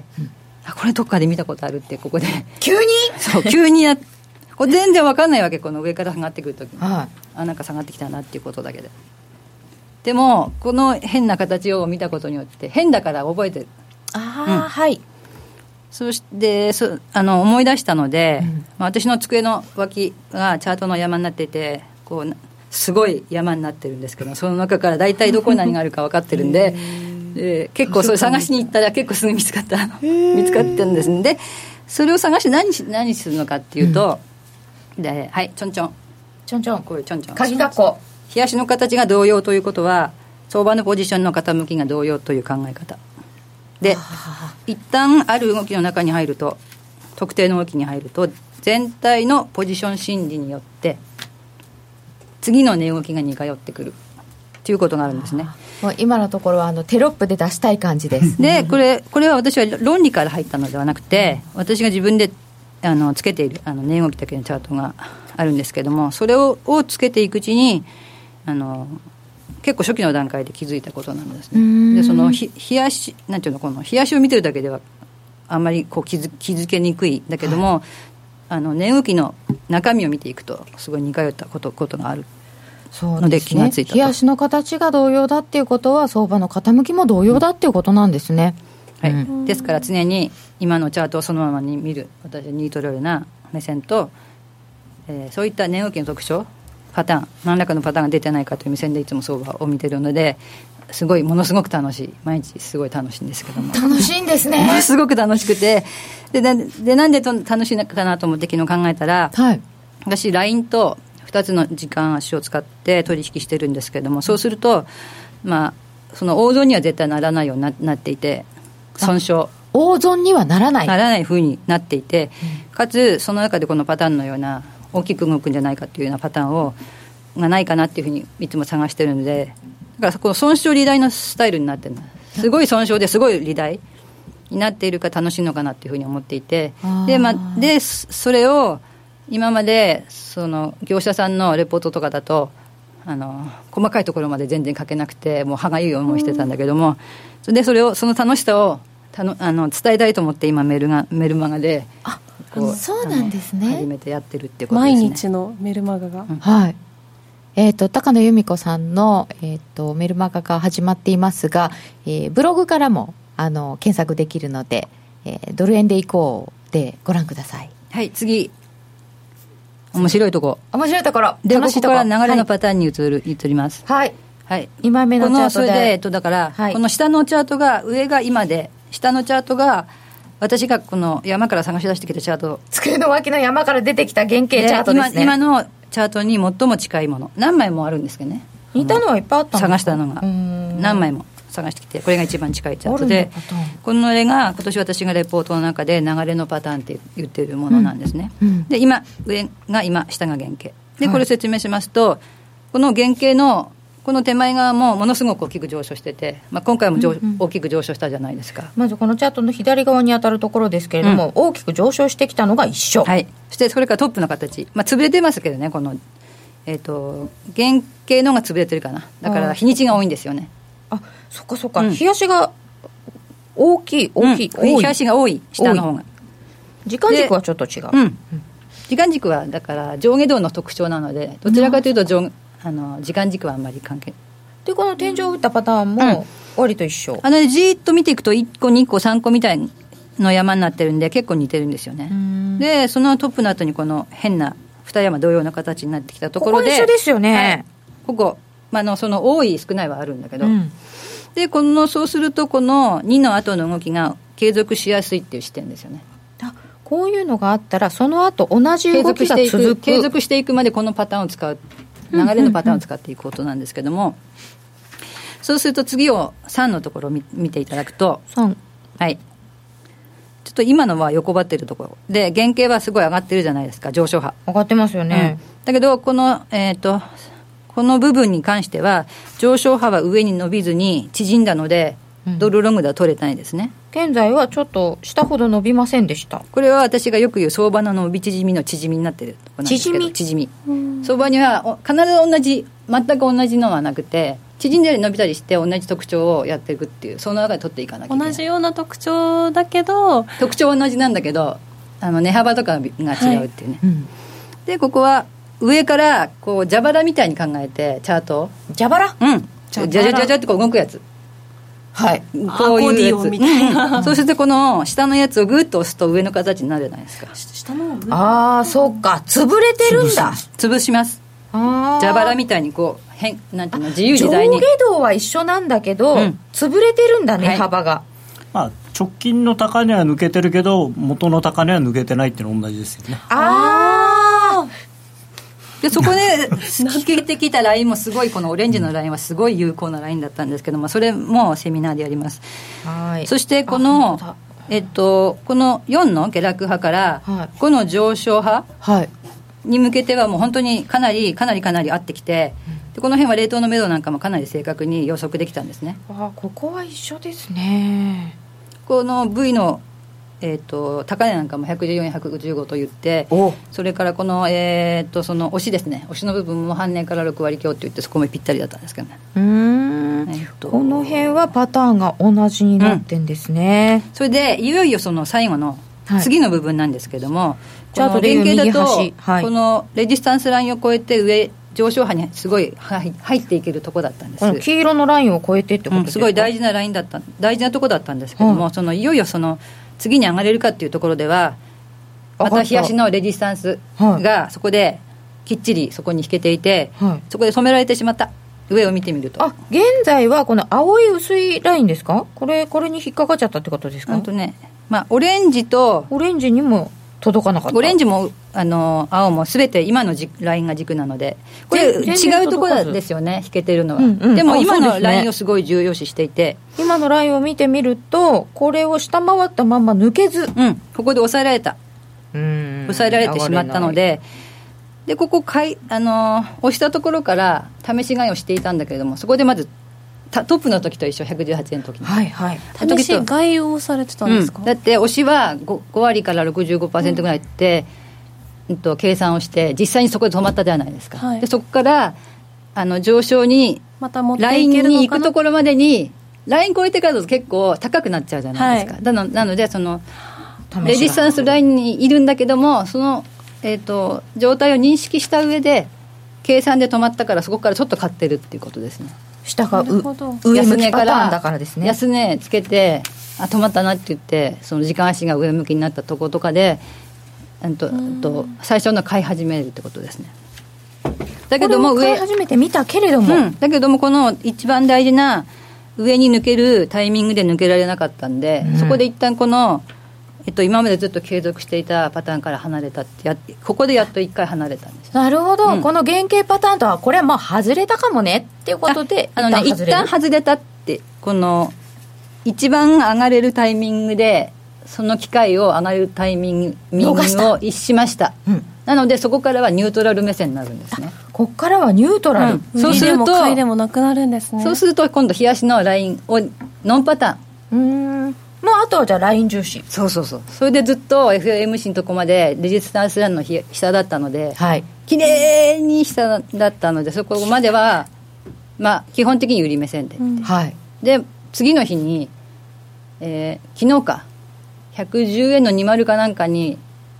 S2: これどっかで見たことあるって、ここで
S1: 急に
S2: 急にこれ全然わかんないわけ、この上から下がってくるときに、なんか下がってきたなっていうことだけで。でもこの変な形を見たことによって変だから覚えてる。
S1: はい。
S2: そして思い出したので、私の机の脇がチャートの山になっていて、すごい山になってるんですけど、その中から大体どこに何があるか分かってるんで結構それ探しに行ったら結構すぐ見つかったんですんで、それを探して何するのかっていうと、はい、ちょんちょん
S1: ちょんちょん、
S2: こういうちょんちょん、
S1: 鍵括弧、
S2: 冷やしの形が同様ということは、相場のポジションの傾きが同様という考え方で、一旦ある動きの中に入ると、特定の動きに入ると、全体のポジション心理によって次の値動きが似通ってくるということがあるんですね。
S1: もう今のところはテロップで出したい感じです。
S2: でこれは私は論理から入ったのではなくて、私が自分でつけている値動きだけのチャートがあるんですけども、それをつけていくうちに結構初期の段階で気づいたことなんですね。でその冷やしなんていうの、この冷やしを見てるだけではあんまりこう気づけにくいんだけども、値動きの中身を見ていくとすごい似通ったことがあるので気がついたと。
S1: 冷やしの形が同様だっていうことは相場の傾きも同様だっていうことなんですね。
S2: はい、ですから常に今のチャートをそのままに見る、私はニュートラルな目線と、そういった値動きの特徴パターン、何らかのパターンが出てないかという目線でいつも相場を見てるので、すごいものすごく楽しい、毎日すごい楽しいんですけども、
S1: 楽しいんですね。
S2: ものすごく楽しくて、なんで楽しいのかなと思って昨日考えたら、
S1: はい、
S2: 私 LINE と2つの時間足を使って取引してるんですけども、そうすると、その大損には絶対ならないように なっていて、損傷
S1: 大損にはならない
S2: 風になっていて、かつその中でこのパターンのような大きく動くんじゃないかというようなパターンがないかなっていうふうにいつも探してるので、だからこの損傷利大のスタイルになってるの、すごい損傷ですごい利大になっているから楽しいのかなっていうふうに思っていて、でそれを今までその業者さんのレポートとかだと細かいところまで全然書けなくて、もう歯がゆい思いしてたんだけども、その楽しさを伝えたいと思って今メルマガで
S1: そうなんですね、
S2: 初めてやってるっていうことですね。
S4: 毎日のメルマガが、
S1: はい、高野由美子さんの、メルマガが始まっていますが、ブログからも検索できるので、ドル円でいこうでご覧ください。
S2: はい、次面白いところで、ここから流れのパターンに移ります。
S1: はい、
S2: はい、
S1: 2枚目のチャートで、
S2: それで、だから、はい、この下のチャートが、上が今で、下のチャートが私がこの山から探し出してきたチャート、
S1: 机の脇の山から出てきた原型チャートですね。
S2: 今のチャートに最も近いもの、何枚もあるんですけどね、
S1: 似たのはいっぱいあったんですか。
S2: 探したのが何枚も探してきて、これが一番近いチャートで、このれが今年私がレポートの中で流れのパターンって言っているものなんですね、で今上が今、下が原型で、これ説明しますと、この原型のこの手前側もものすごく大きく上昇してて、今回も大きく上昇したじゃないですか。
S1: まずこのチャートの左側に当たるところですけれども、大きく上昇してきたのが一緒、
S2: はい、そしてそれからトップの形、潰れてますけどね、この、原型のが潰れてるかな、だから日にちが多いんですよね。
S1: そっかそっか、日足が大きい、
S2: 日足が多い、下の方が。
S1: 時間軸はちょっと違う、
S2: 時間軸はだから上下動の特徴なので、どちらかというと時間軸はあんまり関係
S1: で、この天井を打ったパターンも割と一緒、
S2: じーっと見ていくと1個2個3個みたいの山になってるんで結構似てるんですよね。でそのトップの後にこの変な2山同様な形になってきたところで、
S1: ここ一緒ですよね、
S2: はい、ここ、その多い少ないはあるんだけど、でそうするとこの2の後の動きが継続しやすいっていう視点ですよね。
S1: こういうのがあったらその後同じ動きが続く、
S2: 継続していくまでこのパターンを使う、流れのパターンを使っていくことなんですけども、そうすると次を3のところを見ていただくと、はい、ちょっと今のは横ばってるところで、原型はすごい上がってるじゃないですか、上昇波
S1: 上がってますよね、
S2: だけどこの部分に関しては上昇波は上に伸びずに縮んだので、ドルロングでは取れてないですね。
S1: 現在はちょっと下ほど伸びませんでした。
S2: これは私がよく言う相場の伸び縮みの縮みになってるところなんですけど、縮み、相場には必ず全く同じのはなくて、縮んだり伸びたりして同じ特徴をやっていくっていう、その中で取っていかなきゃいけない。
S4: 同じような特徴だけど、
S2: 特徴は同じなんだけど値幅とかが違うっていうね、でここは上からこう蛇腹みたいに考えて、チャート
S1: 蛇腹、
S2: じゃってこう動くやつ、
S1: はい、
S2: こういうやつ
S4: みたいな
S2: そうしてこの下のやつをグッと押すと上の形になるじゃないですか。
S4: 下の
S1: そうか、潰れてるんだ。
S2: 潰します。蛇腹みたいにこうなんていうの、自由自在に
S1: 上下動は一緒なんだけど、潰れてるんだね、幅が。
S3: 直近の高値は抜けてるけど元の高値は抜けてないっていうのは同じですよね。
S2: でそこで聞けてきたラインもすごい、このオレンジのラインはすごい有効なラインだったんですけども、それもセミナーでやります。そしてこのこの4の下落派から、この上昇派に向けてはもう本当にかなり合ってきて、でこの辺は冷凍の目処なんかもかなり正確に予測できたんですね。
S1: ここは一緒ですね。
S2: この V の高値なんかも114円115と言って、それからこの、その押しですね、押しの部分も半年から6割強と言って、そこもぴったりだったんですけどね。
S1: この辺はパターンが同じになってんですね、
S2: それでいよいよその最後の次の部分なんですけども、
S1: チャートでいう右端、
S2: このレジスタンスラインを越えて上上昇波にすごい入っていけるとこだったんです。
S1: この黄色のラインを越えてってことですか？
S2: すごい大事なラインだった、大事なとこだったんですけども、そのいよいよその次に上がれるかっていうところでは、また日足のレジスタンスがそこできっちりそこに引けていて、そこで止められてしまった。上を見てみると、
S1: 現在はこの青い薄いラインですか？これに引っかかっちゃったってことですか？
S2: オレンジ
S1: にも届かなかった。
S2: オレンジも青もすべて今のラインが軸なので、これ違うところですよね、引けてるのは、でも今のラインをすごい重要視していて、
S1: 今のラインを見てみると、これを下回ったまま抜けず、
S2: ここで抑えられた、抑えられてしまったので、ここ押したところから試し買いをしていたんだけれども、そこでまずトップの時と一緒、118円の時に、
S4: 試し買いをされてたんですか？
S2: だって押しは 5割から 65% ぐらいって、計算をして実際にそこで止まったじゃないですか、でそこから上昇に
S4: また持って
S2: ライン
S4: いけるのかな、
S2: に行くところまでにライン超えてからだと結構高くなっちゃうじゃないですか、なのでそのレジスタンスラインにいるんだけども、その、状態を認識した上で計算で止まったから、そこからちょっと買ってるっていうことですね。
S1: 下が上向きパターンだからですね。
S2: 安値つけて止まったなって言って、その時間足が上向きになったところとかで最初の買い始めるってことですね。だけども
S1: 買い始めてみたけれども、
S2: だけどもこの一番大事な上に抜けるタイミングで抜けられなかったんで、そこで一旦この今までずっと継続していたパターンから離れたってここでやっと1回離れたんです。
S1: なるほど、この原型パターンとはこれはもう外れたかもねっていうことで
S2: 一旦外れたって、この一番上がれるタイミングでその機会を上がるタイミングを逸しました、なのでそこからはニュートラル目線になるんですね。
S1: ここからはニュートラル、
S2: そうすると
S4: 買いでもなくなるんですね。
S2: そうすると今度日足のラインをノンパターン、
S1: あとはじゃあライン重視、
S2: それでずっと FMC のとこまでレジスタンスラインの下だったので、綺麗に下だったので、そこまでは基本的に売り目線で、で次の日に、昨日か110円の20かなんかに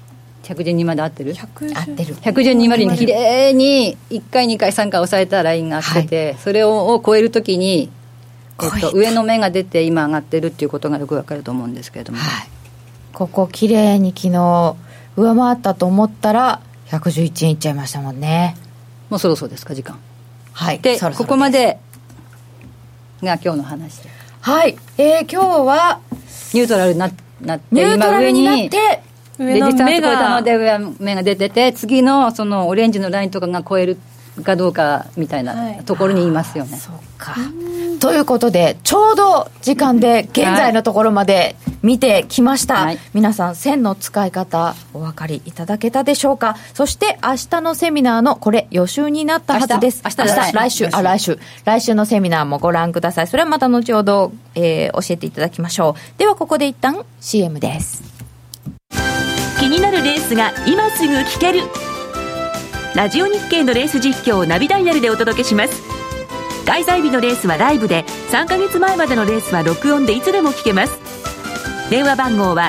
S2: 110円20で合ってる110円20に綺麗に1回2回3回押さえたラインがあってて、それを超えるときに上の目が出て今上がってるっていうことがよくわかると思うんですけれども、
S1: ここ綺麗に昨日上回ったと思ったら111円いっちゃいましたもんね。
S2: もうそろそろですか、時間。
S1: で
S2: そろそろここまでが今日の話で、
S1: 今日は
S2: ニュートラルになって
S1: ニュートラルになって
S2: レジスタンス超えたので上目が出てて、次のそのオレンジのラインとかが超えるかどうかみたいなところにいますよね。
S1: そうか。ということでちょうど時間で現在のところまで見てきました、皆さん線の使い方お分かりいただけたでしょうか。そして明日のセミナーのこれ予習になったはずです。来週のセミナーもご覧ください。それはまた後ほど、教えていただきましょう。ではここで一旦 CM です。
S5: 気になるレースが今すぐ聞ける、ラジオ日経のレース実況をナビダイヤルでお届けします。開催日のレースはライブで、3ヶ月前までのレースは録音でいつでも聞けます。電話番号は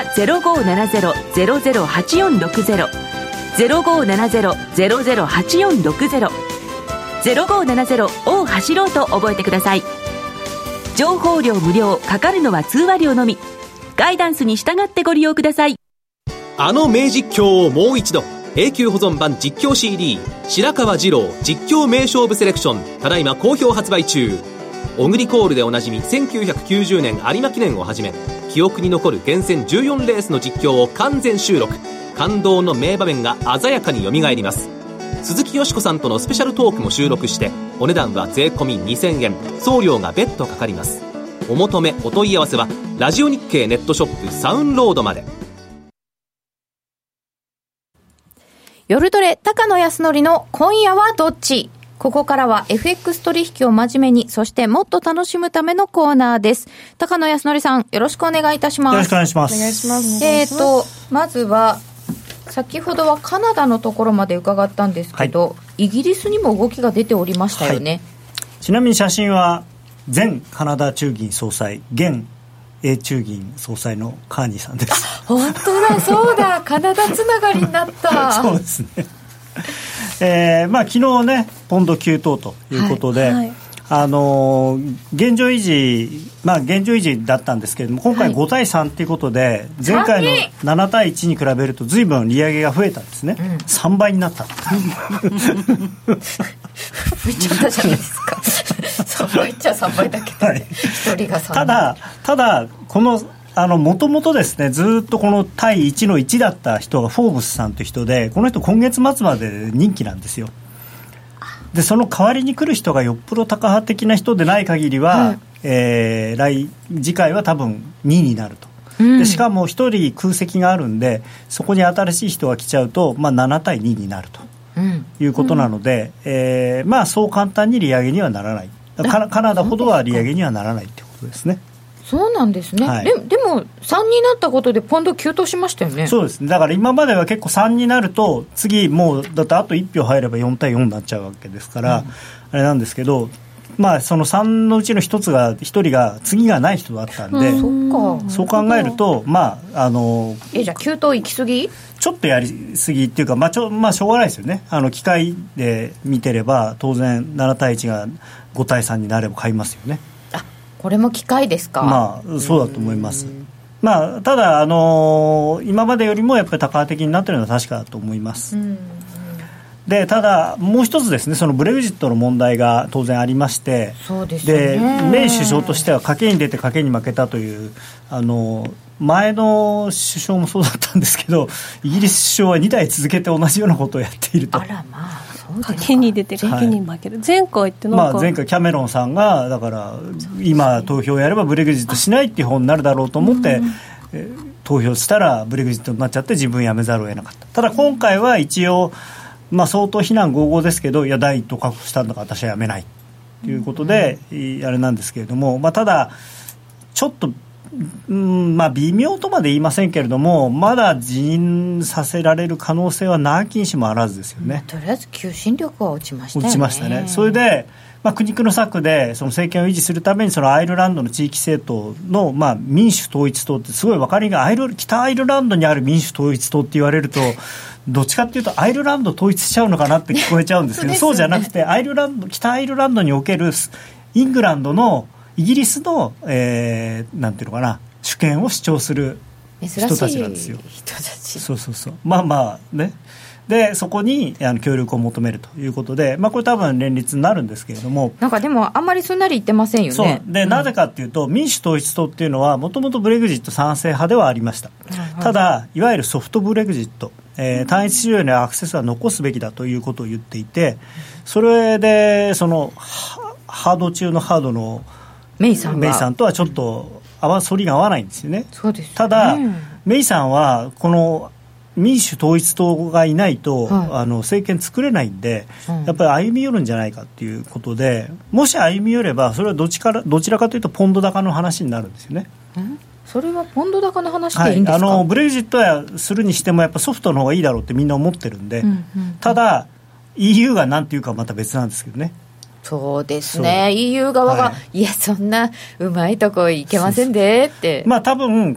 S5: 0570-008460 0570-008460 0570を走ろうと覚えてください。情報料無料、かかるのは通話料のみ。ガイダンスに従ってご利用ください。
S6: あの名実況をもう一度、永久保存版実況 CD 白川二郎実況名勝負セレクション、ただいま好評発売中。オグリコールでおなじみ1990年有馬記念をはじめ、記憶に残る厳選14レースの実況を完全収録。感動の名場面が鮮やかによみがえります。鈴木よしこさんとのスペシャルトークも収録して、お値段は税込み2000円、送料が別途かかります。お求めお問い合わせはラジオ日経ネットショップサウンロードまで。
S1: 夜トレ高野康則の今夜はどっち。 ここからは FX 取引を真面目に、そしてもっと楽しむためのコーナーです。高野康則さん、よろしくお願いいたします。
S3: よろしくお願いします。
S4: お願いします。
S1: まずは先ほどはカナダのところまで伺ったんですけど、イギリスにも動きが出ておりましたよね。
S3: ちなみに写真は前カナダ中銀総裁、現英中銀総裁のカーニーさんです。
S1: 本当だ、そうだ、カナダつながりになった
S3: そうですね。昨日ねポンド急騰ということで、現状維持、現状維持だったんですけれども、今回5対3ということで、前回の7対1に比べると随分利上げが増えたんですね、3倍になった
S1: 増えちゃったじゃないですか3倍っちゃ3倍だけど、1人が3倍。
S3: ただこのもともとですね、ずっとこの対1の1だった人がフォーブスさんという人で、この人今月末まで任期なんですよ。でその代わりに来る人がよっぽどタカ派的な人でない限りは、次回は多分2になると、でしかも1人空席があるんで、そこに新しい人が来ちゃうと、7対2になるということなので、そう簡単に利上げにはならない。カナダほどは利上げにはならないということですね。
S1: そうなんですね、でも3になったことでポンド急騰しましたよね。
S3: そうですね。だから今までは結構3になると次もうだってあと1票入れば4対4になっちゃうわけですから、あれなんですけど、その3のうちの1人が次がない人だったんで、そう考えるとじゃ
S1: あ急騰行き過ぎ、
S3: ちょっとやりすぎっていうか、しょうがないですよね。機械で見てれば当然7対1が5対3になれば買いますよね。
S1: これも機械ですか。
S3: そうだと思います。ただ、今までよりもやっぱり高的になっているのは確かだと思います。でただもう一つですね、そのブレグジットの問題が当然ありまして、
S1: そうですよね。
S3: でメイ首相としては賭けに出て賭けに負けたという、前の首相もそうだったんですけど、イギリス首相は2代続けて同じようなことをやっていると。
S1: あら
S4: 賭けに出て賭けに負ける、前回って
S3: 前回キャメロンさんがだから今投票をやればブレグジットしないっていう方になるだろうと思って、投票したらブレグジットになっちゃって自分辞めざるを得なかった。ただ今回は一応相当非難合々ですけど、いや第一党確保したんだから私は辞めないということで、あれなんですけれども、ただちょっと微妙とまで言いませんけれども、まだ辞任させられる可能性はなきにしもあらずですよね。
S1: とりあえず求心力は落ちましたよね。
S3: 落ちましたね。それで、苦肉の策でその政権を維持するために、そのアイルランドの地域政党の、民主統一党ってすごい分かりが北アイルランドにある民主統一党って言われるとどっちかっていうとアイルランド統一しちゃうのかなって聞こえちゃうんですけどそうじゃなくて、北アイルランドにおけるイングランドのイギリスの、なんていうのかな、主権を主張する人たちなんですよ。そうね。でそこに協力を求めるということで、これ多分連立になるんですけれども、
S1: でもあんまりすんなり言ってませんよね。
S3: そうで、なぜかっていうと、民主統一党っていうのはもともとブレグジット賛成派ではありました、ただいわゆるソフトブレグジット、単一市場へのアクセスは残すべきだということを言っていて、それでそのハード中のハードのメイさんとはちょっと反りが合わないんですよね。
S1: そうですね。
S3: ただメイさんはこの民主統一党がいないと、政権作れないんで、やっぱり歩み寄るんじゃないかということで、もし歩み寄ればそれはどちらかというとポンド高の話になるんですよね。
S1: それはポンド高の話でいいんですか。
S3: ブレグジットはするにしてもやっぱソフトの方がいいだろうってみんな思ってるんで、ただ EU が何ていうかまた別なんですけどね。
S1: そうですね。EU 側が、いやそんなうまいとこいけませんでって、
S3: 多分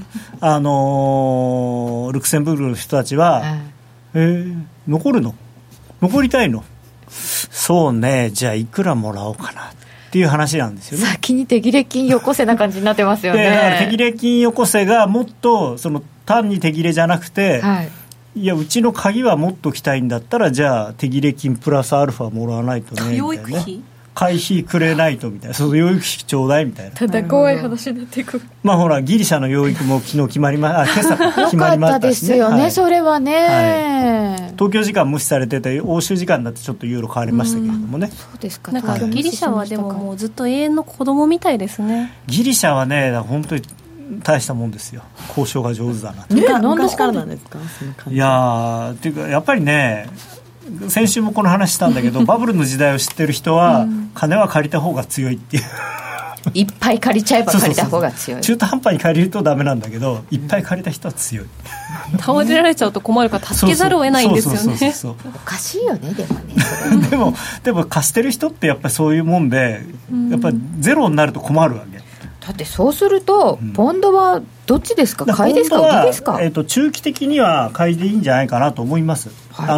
S3: ルクセンブルクの人たちは、残りたいの、そうね、じゃあいくらもらおうかなっていう話なんですよね。
S1: 先に手切れ金よこせな感じになってますよね。
S3: だから手切れ金よこせがもっと単に手切れじゃなくて、いやうちの鍵は持っときたいんだったら、じゃあ手切れ金プラスアルファもらわないとねみたいなね、会費くれないとみたいな、そういう養育費ちょうだいみたいな、
S1: ただ怖い話になっていく。
S3: ほらギリシャの養育も昨日決まりま今朝決まりましたしね。よかった
S1: ですよね、それはね、
S3: 東京時間無視されてて欧州時間になってちょっとユーロ変わりましたけれどもね。
S1: そうですか。
S4: ギリシャはでももうずっと永遠の子供みたいですね。
S3: ギリシャはね本当に大したもんですよ。交渉が上手だな。
S7: 昔からなんですか。
S3: いやっていうかやっぱりね、 先週もこの話したんだけどバブルの時代を知ってる人は、金は借りた方が強いっていう
S1: いっぱい借りちゃえば借りた方が強い。
S3: 中途半端に借りるとダメなんだけど、いっぱい借りた人は強い。
S4: 倒れられちゃうと困るから助けざるを得ないんですよね。
S1: おかしいよねでもね
S3: でも貸してる人ってやっぱりそういうもんで、やっぱりゼロになると困るわけ。
S1: だってそうすると、ポンドはどっちですか、買いですか売りですか。
S3: 中期的には買いでいいんじゃないかなと思います、はい、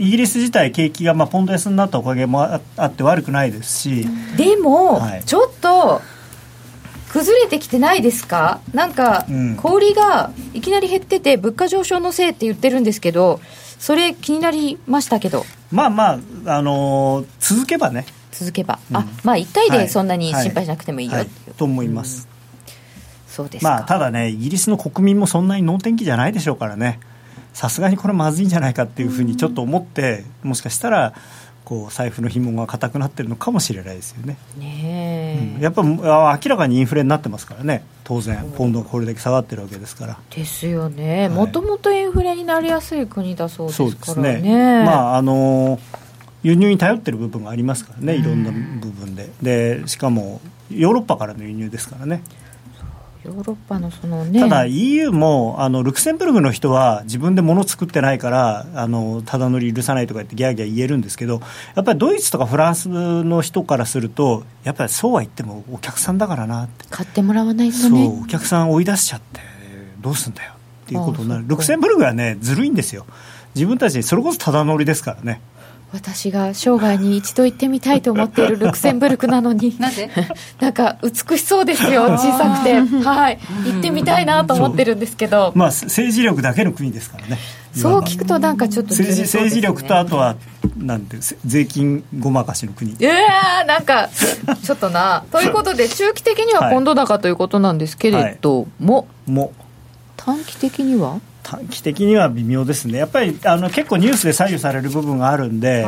S3: イギリス自体景気が、ポンド安になったおかげもあって悪くないですし、
S1: でも、はい、ちょっと崩れてきてないですか。なんか、小売りがいきなり減ってて物価上昇のせいって言ってるんですけど、それ気になりましたけど、
S3: 続けばね、
S1: 1回でそんなに心配しなくてもいいよ、はいはい、
S3: と思います、
S1: そうですか。
S3: ただね、イギリスの国民もそんなに能天気じゃないでしょうからね、さすがにこれまずいんじゃないかっていうふうにちょっと思って、もしかしたら財布の紐が固くなってるのかもしれないですよね。やっぱ明らかにインフレになってますからね、当然ポンドがこれだけ下がってるわけですから。
S1: ですよね。もともとインフレになりやすい国だそうですからね。
S3: そうですね。輸入に頼ってる部分がありますからね、いろんな部分でしかもヨーロッパからの輸入ですからね。
S1: ヨーロッパのそのね。
S3: ただ EU もルクセンブルクの人は自分で物作ってないからただ乗り許さないとか言ってギャーギャー言えるんですけど、やっぱりドイツとかフランスの人からすると、やっぱりそうは言ってもお客さんだからなって、
S1: 買ってもらわないとね。
S3: そう、お客さん追い出しちゃってどうすんだよっていうことになる。ルクセンブルクはね、ずるいんですよ。自分たちそれこそただ乗りですからね。
S1: 私が生涯に一度行ってみたいと思っているルクセンブルクなのに
S2: なぜ
S1: なんか美しそうですよ、小さくて、はい、行ってみたいなと思ってるんですけど、
S3: 政治力だけの国ですからね。
S1: そう聞くとなんかちょっとずれそうですね。
S3: 政治力とあとはなんて税金ごまかしの国。
S1: なんかちょっとなということで、中期的にはポンド高ということなんですけれども、短期的には
S3: 短期的には微妙ですね。やっぱり結構ニュースで左右される部分があるんで、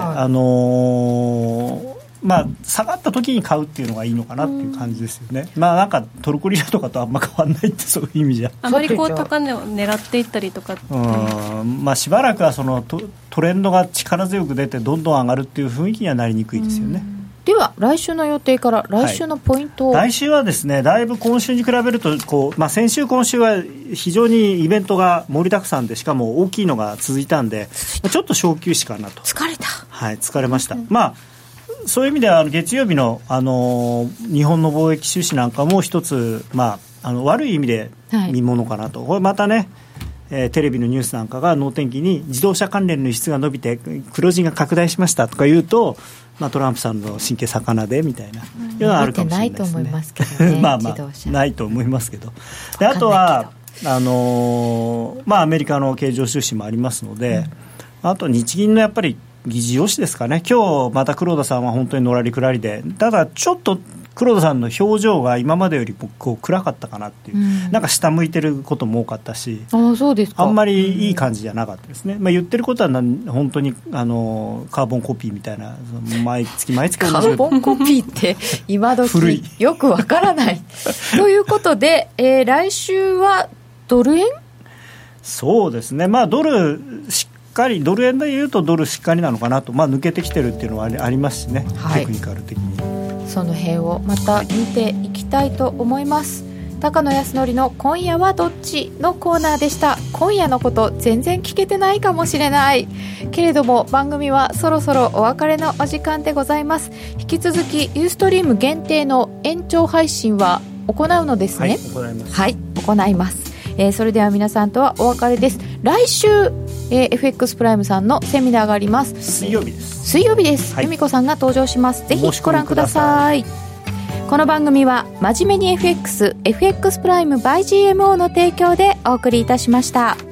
S3: 下がった時に買うっていうのがいいのかなっていう感じですよね。なんかトルコリラとかとあんま変わんないって、そういう意味じゃ
S4: あまり高値を狙っていったりとか
S3: しばらくはそのトレンドが力強く出てどんどん上がるっていう雰囲気にはなりにくいですよね。
S1: では来週の予定から来週のポイントを、
S3: 来週はですね、だいぶ今週に比べると先週今週は非常にイベントが盛りだくさんで、しかも大きいのが続いたんで、ちょっと小休止かなと。
S1: 疲れた。
S3: はい、疲れました。そういう意味では月曜日の、日本の貿易収支なんかも一つ、悪い意味で見ものかなと、これまたね、テレビのニュースなんかが能天気に自動車関連の輸出が伸びて黒字が拡大しましたとか言うと、トランプさんの神経魚でみたいな、いうのはあるかもしれないですね。
S1: ないと思いますけどね
S3: ないと思いますけど、であとはアメリカの経常収支もありますので、あと日銀のやっぱり議事要旨ですかね。今日また黒田さんは本当にのらりくらりで、ただちょっと黒田さんの表情が今までより暗かったかなっていう、なんか下向いてることも多かったし、
S1: そうですか。
S3: あんまりいい感じじゃなかったですね。言ってることは本当にカーボンコピーみたいな、毎月カ
S1: ーボンコピーって今時よくわからないということで、来週はドル円。
S3: そうですね、ドルしっかり、ドル円でいうとドルしっかりなのかなと、抜けてきてるっていうのはありますしね、テクニカル的に
S1: その辺をまた見ていきたいと思います。高野康則の今夜はどっちのコーナーでした。今夜のこと全然聞けてないかもしれないけれども、番組はそろそろお別れのお時間でございます。引き続きユーストリーム限定の延長配信は行うのですね。
S3: 行います。
S1: はい、行います。それでは皆さんとはお別れです。来週、FX プライムさんのセミナーがあります。
S3: 水曜日です。
S1: 水曜日です、由美子さんが登場します。ぜひご覧ください。この番組は真面目に FX プライム by GMO の提供でお送りいたしました。